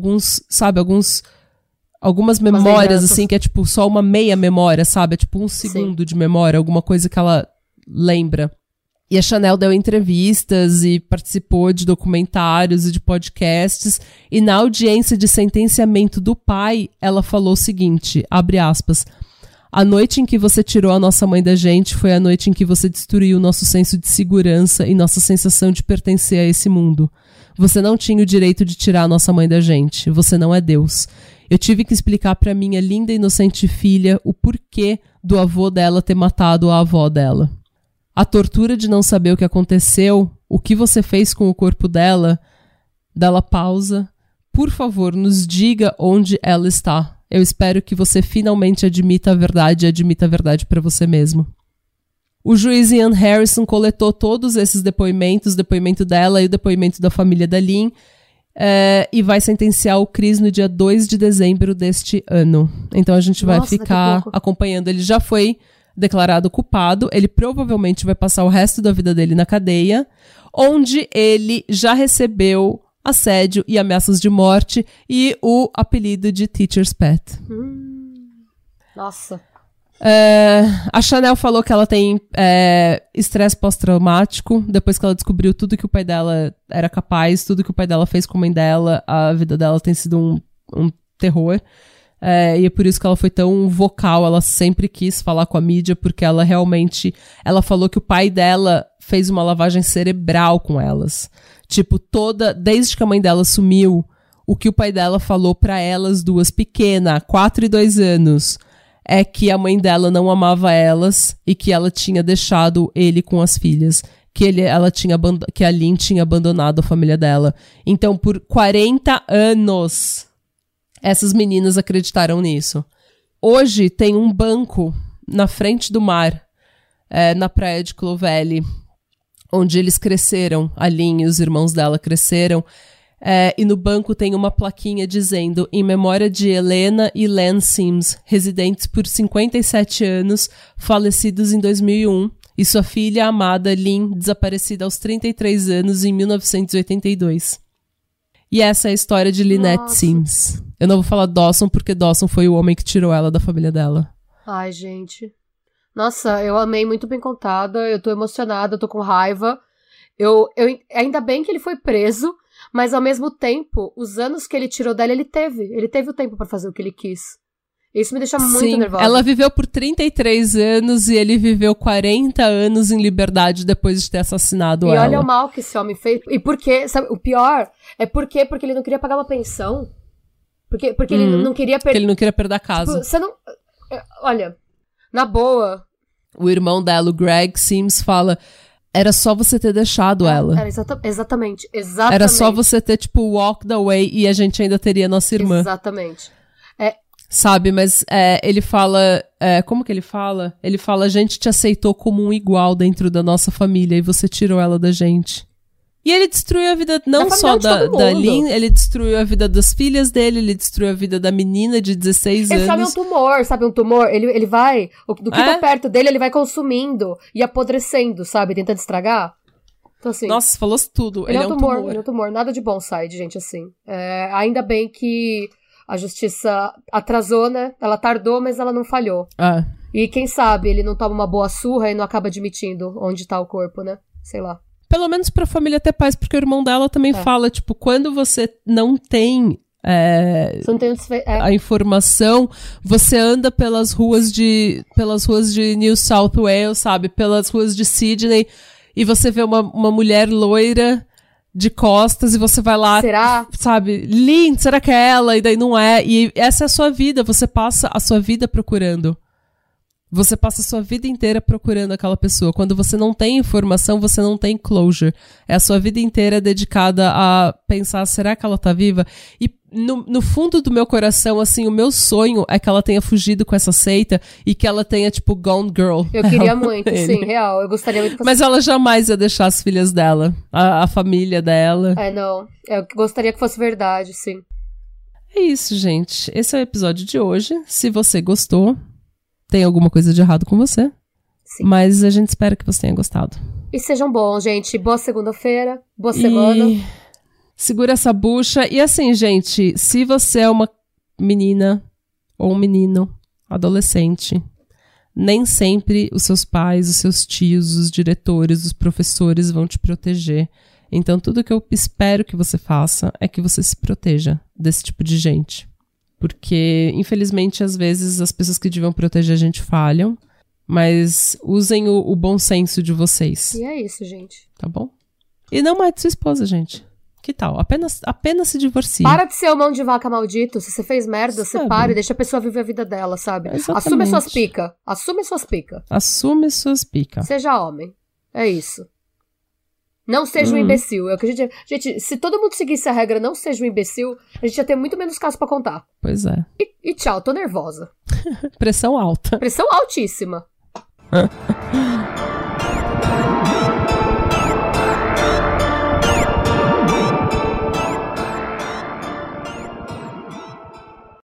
algumas memórias, assim, que é tipo só uma meia memória, sabe? É tipo 1 segundo de memória, alguma coisa que ela lembra. E a Chanel deu entrevistas e participou de documentários e de podcasts. E na audiência de sentenciamento do pai, ela falou o seguinte, abre aspas, a noite em que você tirou a nossa mãe da gente foi a noite em que você destruiu nosso senso de segurança e nossa sensação de pertencer a esse mundo. Você não tinha o direito de tirar a nossa mãe da gente. Você não é Deus. Eu tive que explicar pra minha linda e inocente filha o porquê do avô dela ter matado a avó dela. A tortura de não saber o que aconteceu, o que você fez com o corpo dela, dela pausa. Por favor, nos diga onde ela está. Eu espero que você finalmente admita a verdade e admita a verdade para você mesmo. O juiz Ian Harrison coletou todos esses depoimentos, o depoimento dela e o depoimento da família da Lynn, e vai sentenciar o Chris no dia 2 de dezembro deste ano. Então a gente vai ficar acompanhando. Ele já foi declarado culpado, ele provavelmente vai passar o resto da vida dele na cadeia, onde ele já recebeu assédio e ameaças de morte e o apelido de Teacher's Pet. Nossa. A Chanel falou que ela tem estresse pós-traumático, depois que ela descobriu tudo que o pai dela era capaz, tudo que o pai dela fez com a mãe dela, a vida dela tem sido um terror. E é por isso que ela foi tão vocal, ela sempre quis falar com a mídia, porque ela falou que o pai dela fez uma lavagem cerebral com elas. Tipo, desde que a mãe dela sumiu, o que o pai dela falou pra elas duas pequenas, 4 e 2 anos, é que a mãe dela não amava elas e que ela tinha deixado ele com as filhas. Que a Lynn tinha abandonado a família dela. Então, por 40 anos, essas meninas acreditaram nisso. Hoje, tem um banco na frente do mar, na praia de Clovelly, onde eles cresceram, a Lynn e os irmãos dela cresceram. E no banco tem uma plaquinha dizendo: em memória de Helena e Len Sims, residentes por 57 anos, falecidos em 2001, e sua filha amada Lynn, desaparecida aos 33 anos em 1982. E essa é a história de Lynette Sims. Eu não vou falar Dawson, porque Dawson foi o homem que tirou ela da família dela. Ai, gente. Nossa, eu amei, muito bem contada, eu tô emocionada, eu tô com raiva. Ainda bem que ele foi preso, mas ao mesmo tempo, os anos que ele tirou dela, ele teve o tempo pra fazer o que ele quis. Isso me deixa muito nervosa. Ela viveu por 33 anos e ele viveu 40 anos em liberdade depois de ter assassinado ela. E olha o mal que esse homem fez. E por quê? Sabe, o pior é porque ele não queria pagar uma pensão. Porque ele não queria perder. Ele não queria perder a casa. Tipo, você não. Olha, na boa. O irmão dela, o Greg Sims, fala: era só você ter deixado ela. Exatamente. Era só você ter, tipo, walked away e a gente ainda teria nossa irmã. Exatamente. Sabe, mas ele fala... como que ele fala? Ele fala: a gente te aceitou como um igual dentro da nossa família e você tirou ela da gente. E ele destruiu a vida não só da Lynn, ele destruiu a vida das filhas dele, ele destruiu a vida da menina de 16 anos. Ele sabe um tumor? Ele vai... Do que tá perto dele, ele vai consumindo e apodrecendo, sabe? Tentando estragar. Então, assim... Nossa, falou tudo. Ele é um tumor. Ele é um tumor. Nada de bom sai de gente assim. Ainda bem que a justiça atrasou, né? Ela tardou, mas ela não falhou. E quem sabe ele não toma uma boa surra e não acaba admitindo onde tá o corpo, né? Sei lá. Pelo menos pra família ter paz, porque o irmão dela também fala, tipo, quando você não tem a informação, você anda pelas ruas de New South Wales, sabe? Pelas ruas de Sydney, e você vê uma mulher loira de costas, e você vai lá, será? Sabe? Lynn, será que é ela? E daí não é. E essa é a sua vida, você passa a sua vida procurando. Você passa a sua vida inteira procurando aquela pessoa. Quando você não tem informação, você não tem closure. É a sua vida inteira dedicada a pensar: será que ela tá viva? E no fundo do meu coração, assim, o meu sonho é que ela tenha fugido com essa seita e que ela tenha, tipo, gone girl. Eu queria muito, sim, real. Eu gostaria muito que Mas ela jamais ia deixar as filhas dela, a família dela. Não. Eu gostaria que fosse verdade, sim. É isso, gente. Esse é o episódio de hoje. Se você gostou, tem alguma coisa de errado com você. Sim. Mas a gente espera que você tenha gostado. E sejam bons, gente. Boa segunda-feira. Boa semana. Segura essa bucha. E assim, gente, se você é uma menina ou um menino, adolescente, nem sempre os seus pais, os seus tios, os diretores, os professores vão te proteger. Então, tudo que eu espero que você faça é que você se proteja desse tipo de gente. Porque, infelizmente, às vezes as pessoas que deviam proteger a gente falham. Mas usem o bom senso de vocês. E é isso, gente. Tá bom? E não mate sua esposa, gente. Que tal? Apenas se divorcie. Para de ser o mão de vaca maldito. Se você fez merda, você para e deixa a pessoa viver a vida dela, sabe? Exatamente. Assume suas picas. Assume suas picas. Seja homem. É isso. Não seja um imbecil. Gente, se todo mundo seguisse a regra não seja um imbecil, a gente ia ter muito menos casos pra contar. Pois é. E tchau, tô nervosa. Pressão alta. Pressão altíssima.